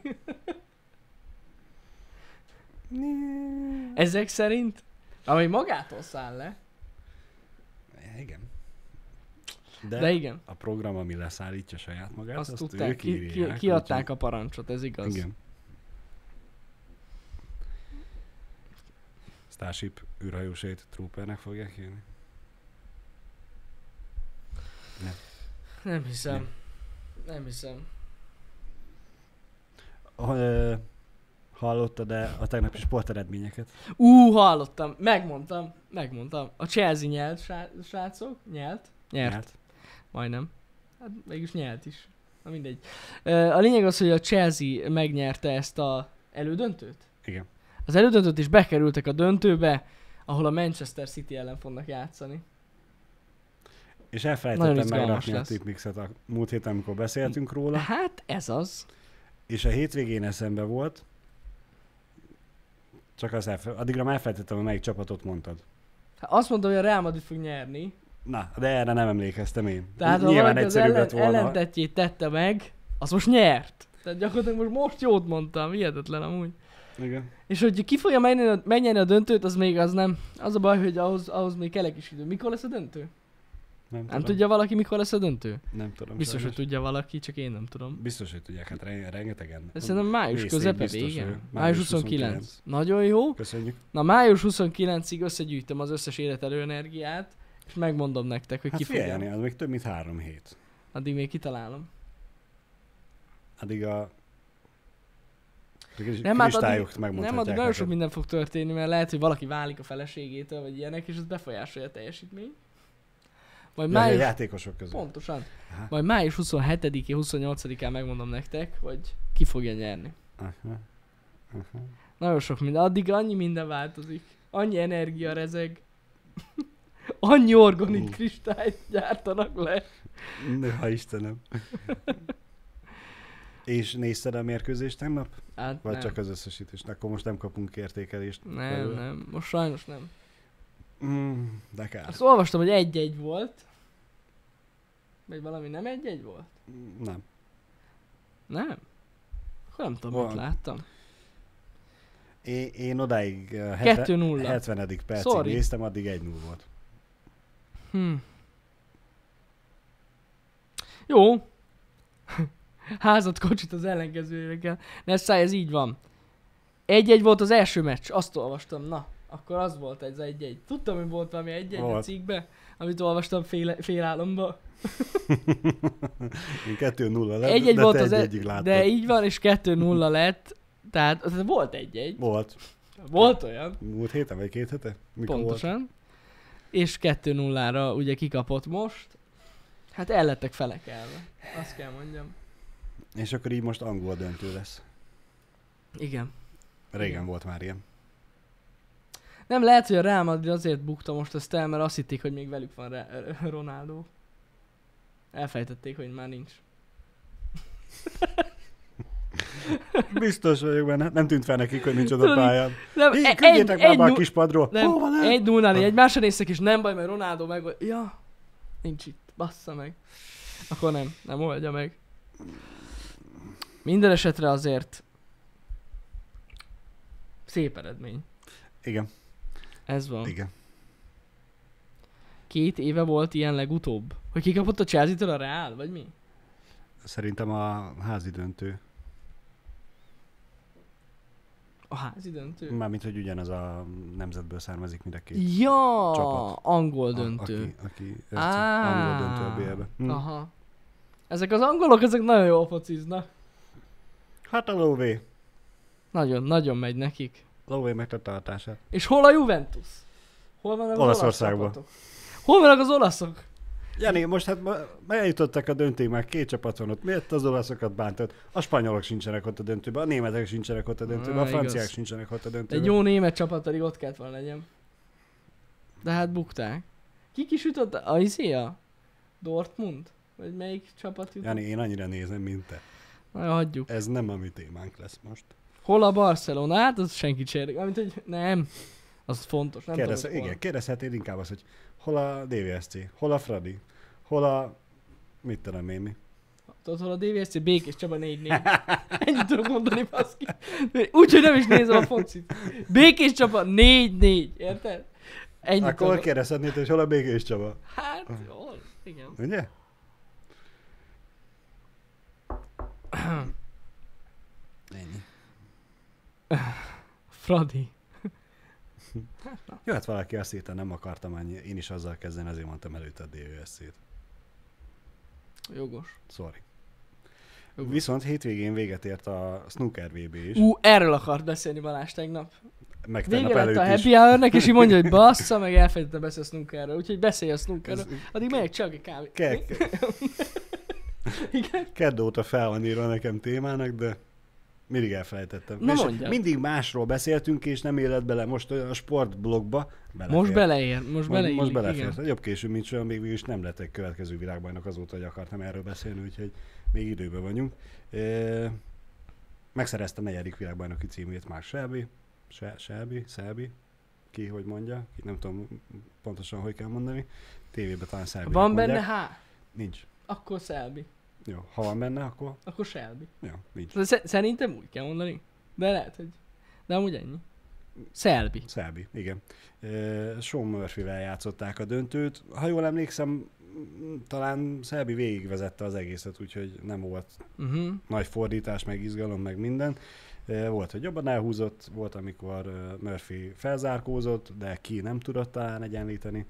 Ezek szerint, ami magától száll le. Igen. De, De igen. A program, ami leszállítja saját magát, azt, azt tudták, ők ki, írják, ki, kiadták úgy, a parancsot, ez igaz. Igen. Starship űrhajósait Troopernek fogják hívni? Nem. Nem hiszem. Nem, nem hiszem. Ha, hallottad-e a tegnapi sporteredményeket? Ú, uh, hallottam, megmondtam, megmondtam. A Chelsea nyelt, srácok, nyelt, nyert. nyert. Majdnem. Hát mégis nyert is. Na mindegy. A lényeg az, hogy a Chelsea megnyerte ezt a elődöntőt. Igen. Az elődöntőt is bekerültek a döntőbe, ahol a Manchester City ellen fognak játszani. És elfelejtettem megrakni a tipmixet a múlt héten, amikor beszéltünk róla. Hát ez az. És a hétvégén eszembe volt, csak az elfe- addigra már elfelejtettem, hogy melyik csapatot mondtad. Hát azt mondtam, hogy a Real Madrid fog nyerni. Na, de erre nem emlékeztem én. Tehát ha nyilván valaki az ellen, volna. ellentetjét tette meg, az most nyert. Tehát gyakorlatilag most, most jót mondtam, hihetetlen amúgy. Igen. És hogy ki fogja megnyerni a, megnyerni a döntőt, az még az nem. Az a baj, hogy ahhoz, ahhoz még kell egy kis idő. Mikor lesz a döntő? Nem, nem tudja valaki, mikor lesz a döntő? Nem tudom. Biztos, sajnos. hogy tudja valaki, csak én nem tudom. Biztos, hogy tudják, hát rengetegen. De szerintem május közepe vége. május huszonkilenc. Nagyon jó. Köszönjük. Na május huszonkilencig összegyűjtöm az összes életelő energiát, és megmondom nektek, hogy hát ki fogja. Hát az még több mint három hét. Addig még kitalálom. Addig a nem, kristályok hát addig, nem, addig nagyon sok minden fog történni, mert lehet, hogy valaki válik a feleségétől, vagy ilyenek, és ez befolyásolja a teljesítményt. Majd ja, május... a játékosok között. Pontosan. Aha. Majd május huszonhetedikén, huszonnyolcadikán megmondom nektek, hogy ki fogja nyerni. Aha. Aha. Nagyon sok minden. Addig annyi minden változik. Annyi energia rezeg. Annyi organik uh. kristályt gyártanak le. Ha Istenem. És nézted a mérkőzést tegnap? Hát vagy nem. csak az összesítést? Akkor most nem kapunk értékelést. Nem, belőle. nem. Most sajnos nem. Mm, de kár. Azt olvastam, hogy egy-egy volt. Vagy valami nem egy-egy volt? Nem. Nem? Akkor nem tudom, Van. mit láttam. Én, én odáig kettő nulla. hetvenedik percig Sorry. néztem, addig egy null volt. Hm. Jó. Házat, kocsit az ellenkezőjével. Nessai, ez így van. Egy-egy volt az első meccs, azt olvastam, na. Akkor az volt ez egy-egy. Tudtam, hogy volt valami egy-egy a cikkbe, amit olvastam fél, félálomba. Én kettő nulla lett, egy-egy de volt te az egy-egyig láttad. De így van, és kettő nulla lett. Tehát, tehát volt egy-egy. Volt. Volt olyan. Múlt héten vagy két hete? Mikor Pontosan. Volt? És kettő nullára ugye kikapott most. Hát el lettek felekelve. Azt kell mondjam. És akkor így most angol döntő lesz. Igen. Régen Igen. volt már ilyen. Nem lehet, hogy a Real Madrid azért bukta most ezt el, mert azt hitték, hogy még velük van Re- Ronaldo. Elfejtették, hogy már nincs. Biztos vagyok benne. Nem tűnt fel nekik, hogy nincs ott a pályán. Nem, Hí, egy, küldjétek már egy, be a nu- kis padról. nem, Hova lehet? egy nullnál egymásra néztek, és nem baj, mert Ronaldo meg volt. Ja, nincs itt, bassza meg. Akkor nem, nem oldja meg. Minden esetre azért szép eredmény. Igen, Ez van. igen. Két éve volt ilyen legutóbb. Hogy kikapott a Chelsea-től a Real, vagy mi? Szerintem a házi döntő. A házi döntő? Mármint, hogy ugyanaz a nemzetből származik mind a két Ja, csapat. angol A- döntő. Aki, aki Á, angol döntő a bé el-be. Hm. Aha. Ezek az angolok, ezek nagyon jól fociznak. Hát a lóvé. Nagyon, nagyon megy nekik. Lóvé megtette a hatását. És hol a Juventus? Hol vannak az olasz Olaszországban. csapatok? Hol vannak az olaszok? Jani, most hát ma- eljutottak a döntőig, már két csapat van ott. Miért az olaszokat bántod? A spanyolok sincsenek ott a döntőben, a németek sincsenek ott a döntőben, Ah, a franciák igaz. sincsenek ott a De egy döntőben. jó német csapat pedig ott kellett volna legyen. De hát bukták. Ki kisütött? A izé a Dortmund? Vagy melyik csapat jutott? Jani, én annyira nézem, mint te. Na, hagyjuk. Ez nem a mi témánk lesz most. Hol a Barcelona? Hát az senki csérik. Amit, hogy nem. Az fontos. Nem Kérdez, tudok hol. igen, kérdezhetnéd inkább azt, hogy hol a dé vé es cé, hol a Fradi, hol a... mit tudom én mi. Tudod, hol a dé vé es cé? Békés Csaba négy négy. Ennyit tudok mondani, baszki. Úgyhogy nem is nézem a focit. Békés Csaba négy négy. Érted? Ennyit Akkor tudok. kérdezhetnéd, hogy hol a Békés Csaba. Hát, hol? Igen. Ugye? Ennyi. Fradi. Jöhet valaki azt írta, nem akartam annyi, én is azzal kezdeni, azért mondtam előtte a dé vé es cét. Jogos. Sorry. Jogos. Viszont hétvégén véget ért a snooker vé bé is, Ú, erről akart beszélni Balázs tegnap. meg tegnap Vége lett a előtt is. happy hour-nek, és így mondja, hogy bassza, meg elfelejtette beszélni a snookerről. Úgyhogy beszélj a snookerről. Ez- Addig megyek csak egy kávé. Ke- Igen? Kedd óta fel van írva nekem témának, de mindig elfelejtettem. Na És mondjad. mindig másról beszéltünk, és nem élet bele. Most a sportblogba belefér. Most beleér, most Most, beleér. most belefér. Igen. Jobb később, mint soha, még végül is nem lettek következő világbajnok azóta, hogy akartam erről beszélni, úgyhogy még időben vagyunk. E, megszerezte a negyedik világbajnoki címét Mark Shelby. Se, Shelby? Shelby? Ki, hogy mondja? Ki, nem tudom pontosan, hogy kell mondani. Tévében talán Shelby. Van benne H? Nincs. Akkor Shelby. Jó, ha van benne, akkor... Akkor Shelby. Jó, nincs. De sze- szerintem úgy kell mondani. De lehet, hogy... De amúgy ennyi. Shelby. Shelby, igen. Uh, Sean Murphy-vel játszották a döntőt. Ha jól emlékszem, m- talán Shelby végigvezette az egészet, úgyhogy nem volt Uh-huh. nagy fordítás, meg izgalom, meg minden. Uh, volt, hogy jobban elhúzott, volt, amikor uh, Murphy felzárkózott, de ki nem tudott talán egyenlíteni.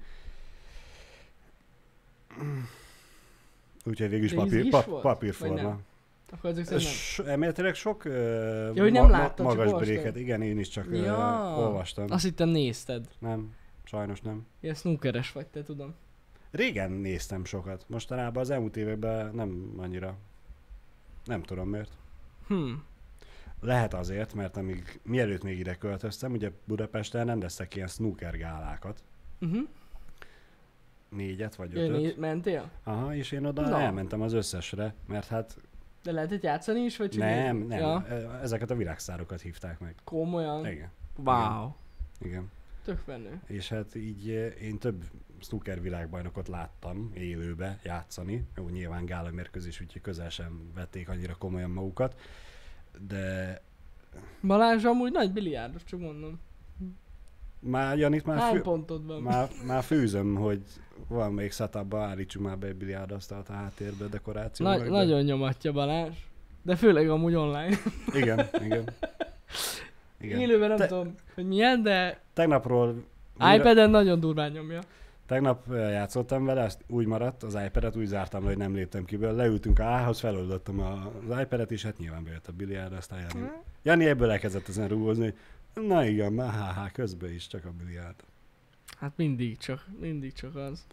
Úgyhogy végül is De papír, izgis pap, volt? papírforma. Vagy nem? Akkor ezek szerint nem. S- Elméletileg sok uh, Ja, hogy nem ma- láttad, csak magas olvastad? bréket. Igen, én is csak Ja. uh, olvastam. Azt hittem nézted. Nem, sajnos nem. Ilyen snookeres vagy, te tudom. Régen néztem sokat. Mostanában az elmúlt években nem annyira. Nem tudom miért. Hm. Lehet azért, mert amíg, mielőtt még ide költöztem, ugye Budapesten rendeztek ilyen snooker gálákat. Uh-huh. Négyet vagy Jön, ötöt. mentél? Aha, és én oda Na. elmentem az összesre, mert hát De lehetett játszani is, vagy csak nem, nézni? nem, Ja. ezeket a világszárokat hívták meg. Komolyan? Igen, Wow. igen. Tök menő. És hát így eh, én több snooker világbajnokot láttam élőbe játszani. Jó, nyilván gála mérkőzés, úgyhogy közel sem vették annyira komolyan magukat. De Balázs amúgy nagy biliárdos, csak mondom. Már Janit már, Hány fő, pontod van? már, már főzöm, hogy valamelyik setupba állítsuk már be egy biliárdasztalt a háttérbe dekorációnak. Na- de... Nagyon nyomatja Balázs. De főleg amúgy online. Igen, igen. igen. Élőben nem Te- tudom, hogy milyen, de Tegnapról... iPad-en nagyon durván nyomja. Tegnap ö, játszottam vele, azt úgy maradt, az iPad-et úgy zártam le, hogy nem léptem ki belőle. Leültünk a A-hoz, feloldottam a- az iPad-et, és hát nyilván bejött a biliárd, aztán Jani. Jani ebből elkezdett ezen rúgozni, hogy na igen, már há-há, közben is csak a biliárd. Hát mindig csak, mindig csak az.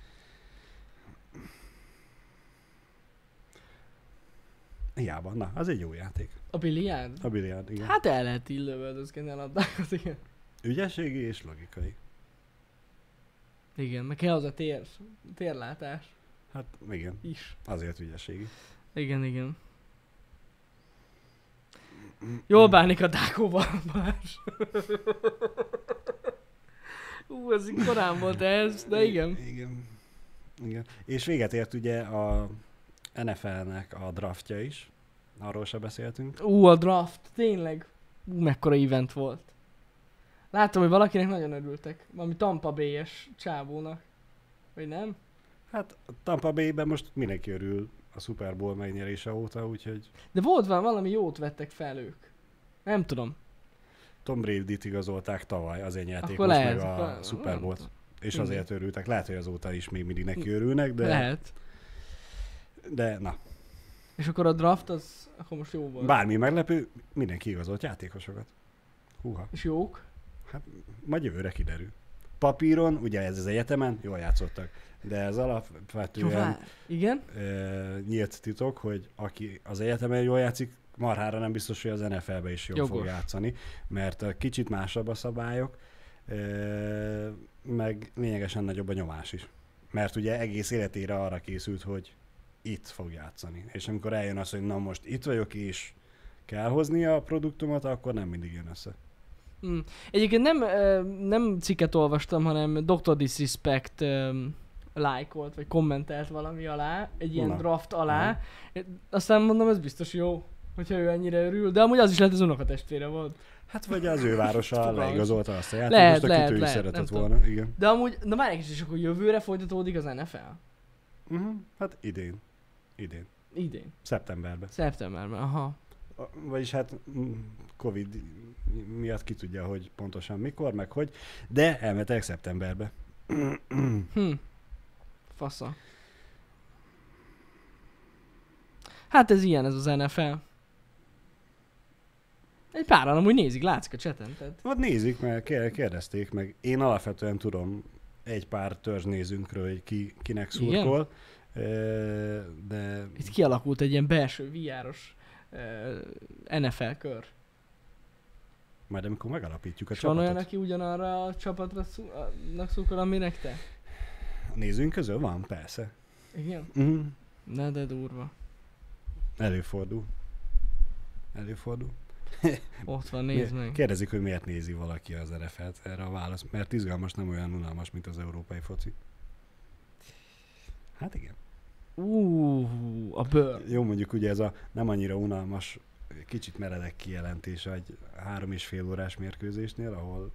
Hiába, na, az egy jó játék. A biliárd? A biliárd, igen. Hát el lehet így lövöldözgetni a labdákat, igen. Ügyességi és logikai. Igen, meg kell az a tér, térlátás Hát igen, is. azért ügyességi. Igen, igen. Jól bánik a Dákóval, Balázs. Ú, ez így korán volt ez, de igen. Igen. Igen. És véget ért ugye a en ef el-nek a draftja is. Arról se beszéltünk. Ú, a draft, tényleg. Ú, mekkora event volt. Láttam, hogy valakinek nagyon örültek. Valami Tampa Bay-es csávónak. Vagy nem? Hát a Tampa Bay-ben most mindenki örül a Super Bowl megnyerése óta, úgyhogy De volt van valami jót vettek fel ők. Nem tudom. Tom Brady-t igazolták tavaly, azért nyerték Akkor most lehet, meg a akkor- Super nem Bowl-t. tudom. És Igen. azért örültek. Lehet, hogy azóta is még mindig neki örülnek, de, Lehet. de na. És akkor a draft az, akkor most jó volt. Bármi meglepő, mindenki igazolt játékosokat. Húha. És jók. Majd jövőre kiderül. Papíron, ugye ez az egyetemen, jól játszottak. De ez Jó, alapvetően vár. Igen? e, nyílt titok, hogy aki az egyetemen jól játszik, marhára nem biztos, hogy az en ef el-be is jól Jogos. fog játszani, mert uh, kicsit másabb a szabályok, e, meg lényegesen nagyobb a nyomás is. Mert ugye egész életére arra készült, hogy itt fog játszani. És amikor eljön az, hogy na most itt vagyok, és kell hozni a produktumot, akkor nem mindig jön össze. Mm. Egyébként nem, ö, nem cikket olvastam, hanem doktor Disrespect um, lájkolt, vagy kommentelt valami alá, egy ilyen Na. draft alá. Aztán mondom, ez biztos jó, hogyha ő ennyire örül, de amúgy az is lehet, az unokatestvére volt. Hát vagy az ő városa Fogalmam. leigazolta azt a Lehet, játékost, akit lehet, ő is lehet, szeretett nem volna. Igen. De amúgy, na már egy kicsit, és akkor jövőre folytatódik az en ef el? Uh-huh. Hát idén. Idén. Idén. Szeptemberben. Szeptemberben, aha. A- Vagyis hát mm, Covid miatt ki tudja, hogy pontosan mikor, meg hogy, de elmetek szeptemberbe. Hm. Fasza. Hát ez ilyen, ez az en ef el. Egy páran amúgy nézik, látszik a cseten. Tehát... Hát nézik, mert kér- kérdezték meg. Én alapvetően tudom egy pár törzsnézőnkről, hogy ki, kinek szurkol. Ö, De Itt kialakult egy ilyen belső vé er-os uh, en ef el kör. majd amikor megalapítjuk a És van csapatot. olyan, aki ugyanarra a csapatra szú- a- nak szurkol, aminek te? A nézőink közül van, persze. Igen? Uh-huh. Na de durva. Előfordul. Előfordul. Ott van, nézd Mi- meg. Kérdezik, hogy miért nézi valaki az en ef el-t, erre a válasz. Mert izgalmas, nem olyan unalmas, mint az európai foci. Hát igen. Uh, a bőr. Jó, mondjuk ugye ez a nem annyira unalmas, kicsit meredek kijelentés egy három és fél órás mérkőzésnél, ahol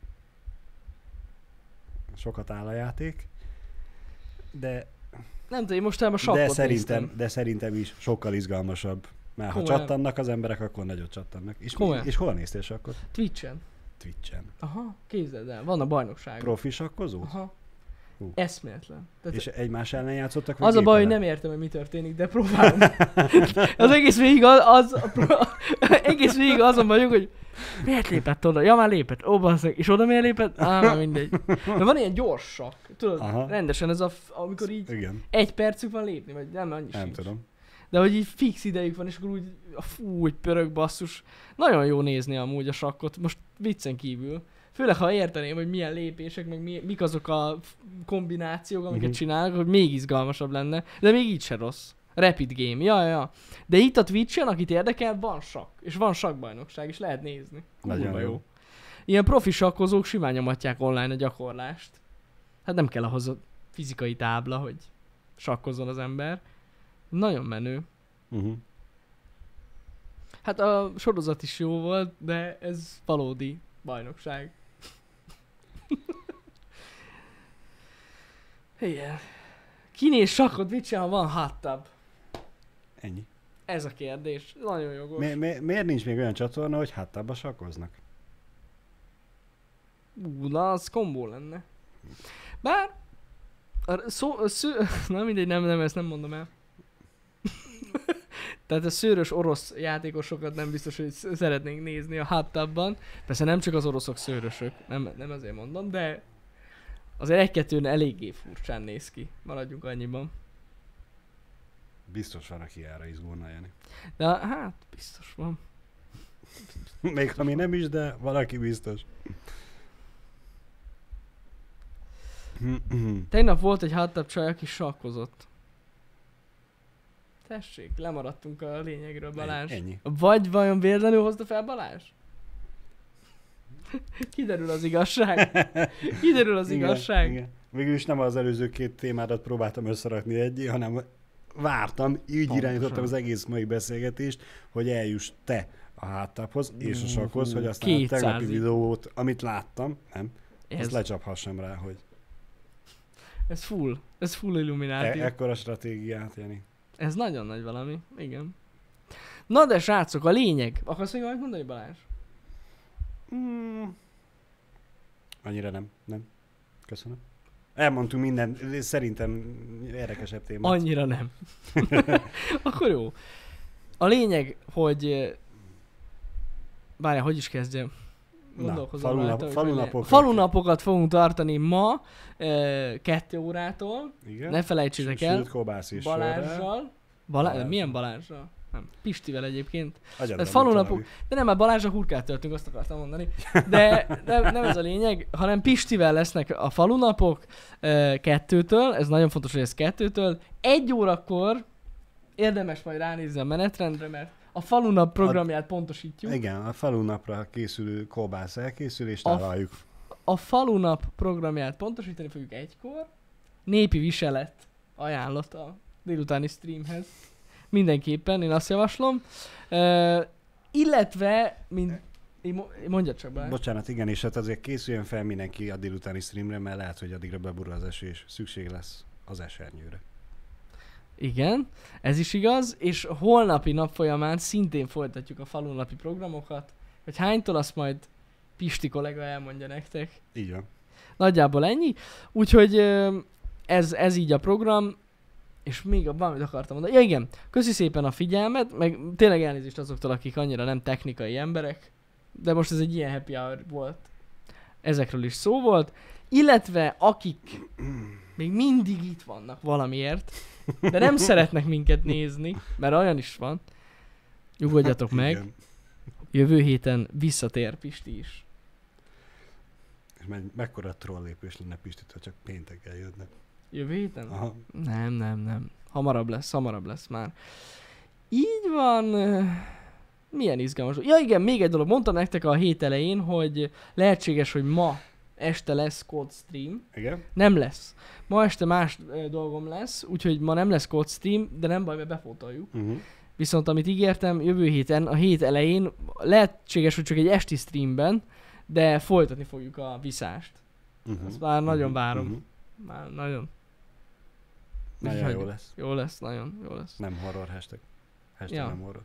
sokat áll a játék, de, Nem tudom, én mostában sakkot de, szerintem, néztem. de szerintem is sokkal izgalmasabb. Mert ha Komolyan. csattannak az emberek, akkor nagyot csattannak. És, Komolyan. és hol néztél sakkot? Twitch-en. Twitch-en. Aha, képzeld el, van a bajnokság. Profi sakkozó? Aha. Hú. Eszméletlen. Tehát És egymás ellen játszottak? vagy az a baj, hogy gépen? nem értem, hogy mi történik, de próbálom. Az egész végig az, az egész végig azon vagyok, hogy miért lépett oda? Ja, már lépett. Ó, basszeg. És oda miért lépett? Á, már mindegy. De van ilyen gyors sakk. Tudod, Aha. rendesen ez a, f- amikor így Igen, egy percük van lépni, vagy nem, annyi nem sincs. tudom. De hogy így fix idejük van, és akkor úgy, fú, hogy pörög basszus. Nagyon jó nézni amúgy a sakkot, most viccen kívül. Főleg, ha érteném, hogy milyen lépések, meg mi, mik azok a f- kombinációk, amiket Mhm. csinálnak, hogy még izgalmasabb lenne. De még így se rossz. Rapid game, ja, ja. De itt a Twitch-en, akit érdekel, van sakk. És van sakkbajnokság, és lehet nézni. Nagyon Kurva jó. Ilyen profi sakkozók simán nyomatják online a gyakorlást. Hát nem kell ahhoz a fizikai tábla, hogy sakkozzon az ember. Nagyon menő. Uh-huh. Hát a sorozat is jó volt, de ez valódi bajnokság. Igen. Kinéz sakkot, mit csinál, ha van hot tub? Ennyi. Ez a kérdés. Nagyon jogos. Mi, mi, miért nincs még olyan csatorna, hogy háttába sakkoznak? Ú, na, az kombó lenne. Bár... A szó, a sző... Na mindegy, nem, nem, ezt nem mondom el. Tehát a szőrös orosz játékosokat nem biztos, hogy szeretnénk nézni a hot tubban. Persze nem csak az oroszok szőrösök, nem, nem azért mondom, de azért egy-kettőn eléggé furcsán néz ki. Maradjunk annyiban. Biztos van, aki erre izgulna, Jani. De hát, biztos van. Még ha mi nem is, de valaki biztos. Tegnap volt egy hot tub csaj, aki sakkozott. Tessék, lemaradtunk a lényegről, Balázs. Ennyi. Vagy vajon véletlenül hozta fel Balázs? Kiderül az igazság. Kiderül az Igen, igazság. Igen. Végül is nem az előző két témádat próbáltam összerakni egyé, hanem vártam, így Pontosan. irányítottam az egész mai beszélgetést, hogy eljuss te a háttáphoz és a sakhoz, hogy aztán a tegnapi kétszázig. videót, amit láttam, nem, Ez, azt lecsaphassam rá, hogy ez full. Ez full e- Illuminati. ekkora stratégiát, Jani. Ez nagyon nagy valami. Igen. Na de srácok, a lényeg. Akarsz még valamit mondani, Balázs? Mm. Annyira nem, nem. Köszönöm. Elmondtunk minden, szerintem érdekesebb témát. Annyira nem. Akkor jó. A lényeg, hogy... Várjál, hogy is kezdjem? Gondolkozom falunap- rajta, hogy falunapok- hogy- Falunapokat fogunk tartani ma, eh, kettő órától. Igen. Ne felejtsétek el. Sült kobász és sörrel. Balázsral. Balá- Balázs. Milyen Balázsral? Nem. Pistivel egyébként. Agyadra Tehát falunapok, valami. de nem, már Balázsra hurkát töltünk, azt akartam mondani. De nem, nem ez a lényeg, hanem Pistivel lesznek a falunapok eh, kettőtől, ez nagyon fontos, hogy ez kettőtől. Egy órakor érdemes majd ránézni a menetrendre, mert a falunap programját pontosítjuk. Igen, a falunapra készülő kobász elkészül, és A- találjuk. A falunap programját pontosítani fogjuk egykor. Népi viselet ajánlott a délutáni streamhez. Mindenképpen, én azt javaslom. Uh, illetve, mint... Én mo- mondjad csak, Balázs. Bocsánat, igen, és hát azért készüljön fel mindenki a délutáni streamre, mert lehet, hogy addigra beburul az eső, és szükség lesz az esernyőre. Igen, ez is igaz, és holnapi nap folyamán szintén folytatjuk a falunapi programokat, hogy hánytól azt majd Pisti kollega elmondja nektek. Így van. Nagyjából ennyi. Úgyhogy ö, ez, ez így a program, és még a- valamit akartam mondani. Ja igen, köszi szépen a figyelmet, meg tényleg elnézést azoktól, akik annyira nem technikai emberek, de most ez egy ilyen happy hour volt. Ezekről is szó volt. Illetve akik még mindig itt vannak valamiért, de nem szeretnek minket nézni, mert olyan is van. Nyugodjatok meg, Igen. jövő héten visszatér Pisti is. És me- mekkora troll lépés lenne Pistit, ha csak pénteken jönne. Jövő héten? Aha. Nem, nem, nem. Hamarabb lesz, hamarabb lesz már. Így van. ö, Milyen izgalmas. Ja igen, még egy dolog. Mondtam nektek a hét elején, hogy lehetséges, hogy ma este lesz Code Stream. Igen? Nem lesz. Ma este más ö, dolgom lesz, úgyhogy ma nem lesz Code Stream, de nem baj, mert befótoljuk. Uh-huh. Viszont amit ígértem, jövő héten, a hét elején lehetséges, hogy csak egy esti streamben, de folytatni fogjuk a viszást. Uh-huh. Ezt már nagyon várom. Uh-huh. Már nagyon. Nagyon Úgyhogy jó lesz. Jó lesz, nagyon jó lesz. Nem horror hashtag. Hashtag Ja. nem horror.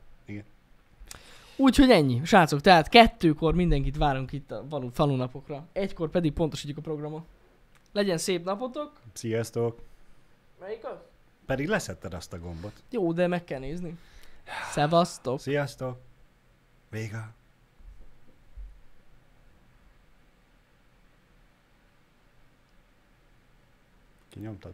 Úgyhogy ennyi, srácok, tehát kettőkor mindenkit várunk itt a falu, falunapokra. Egykor pedig pontosítjuk a programot. Legyen szép napotok. Sziasztok! Melyik az? Pedig leszetted azt a gombot. Jó, de meg kell nézni. Szevasztok. Sziasztok! Véga! Kinyomtad?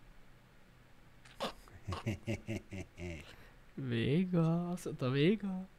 Véga, azt mondta véga.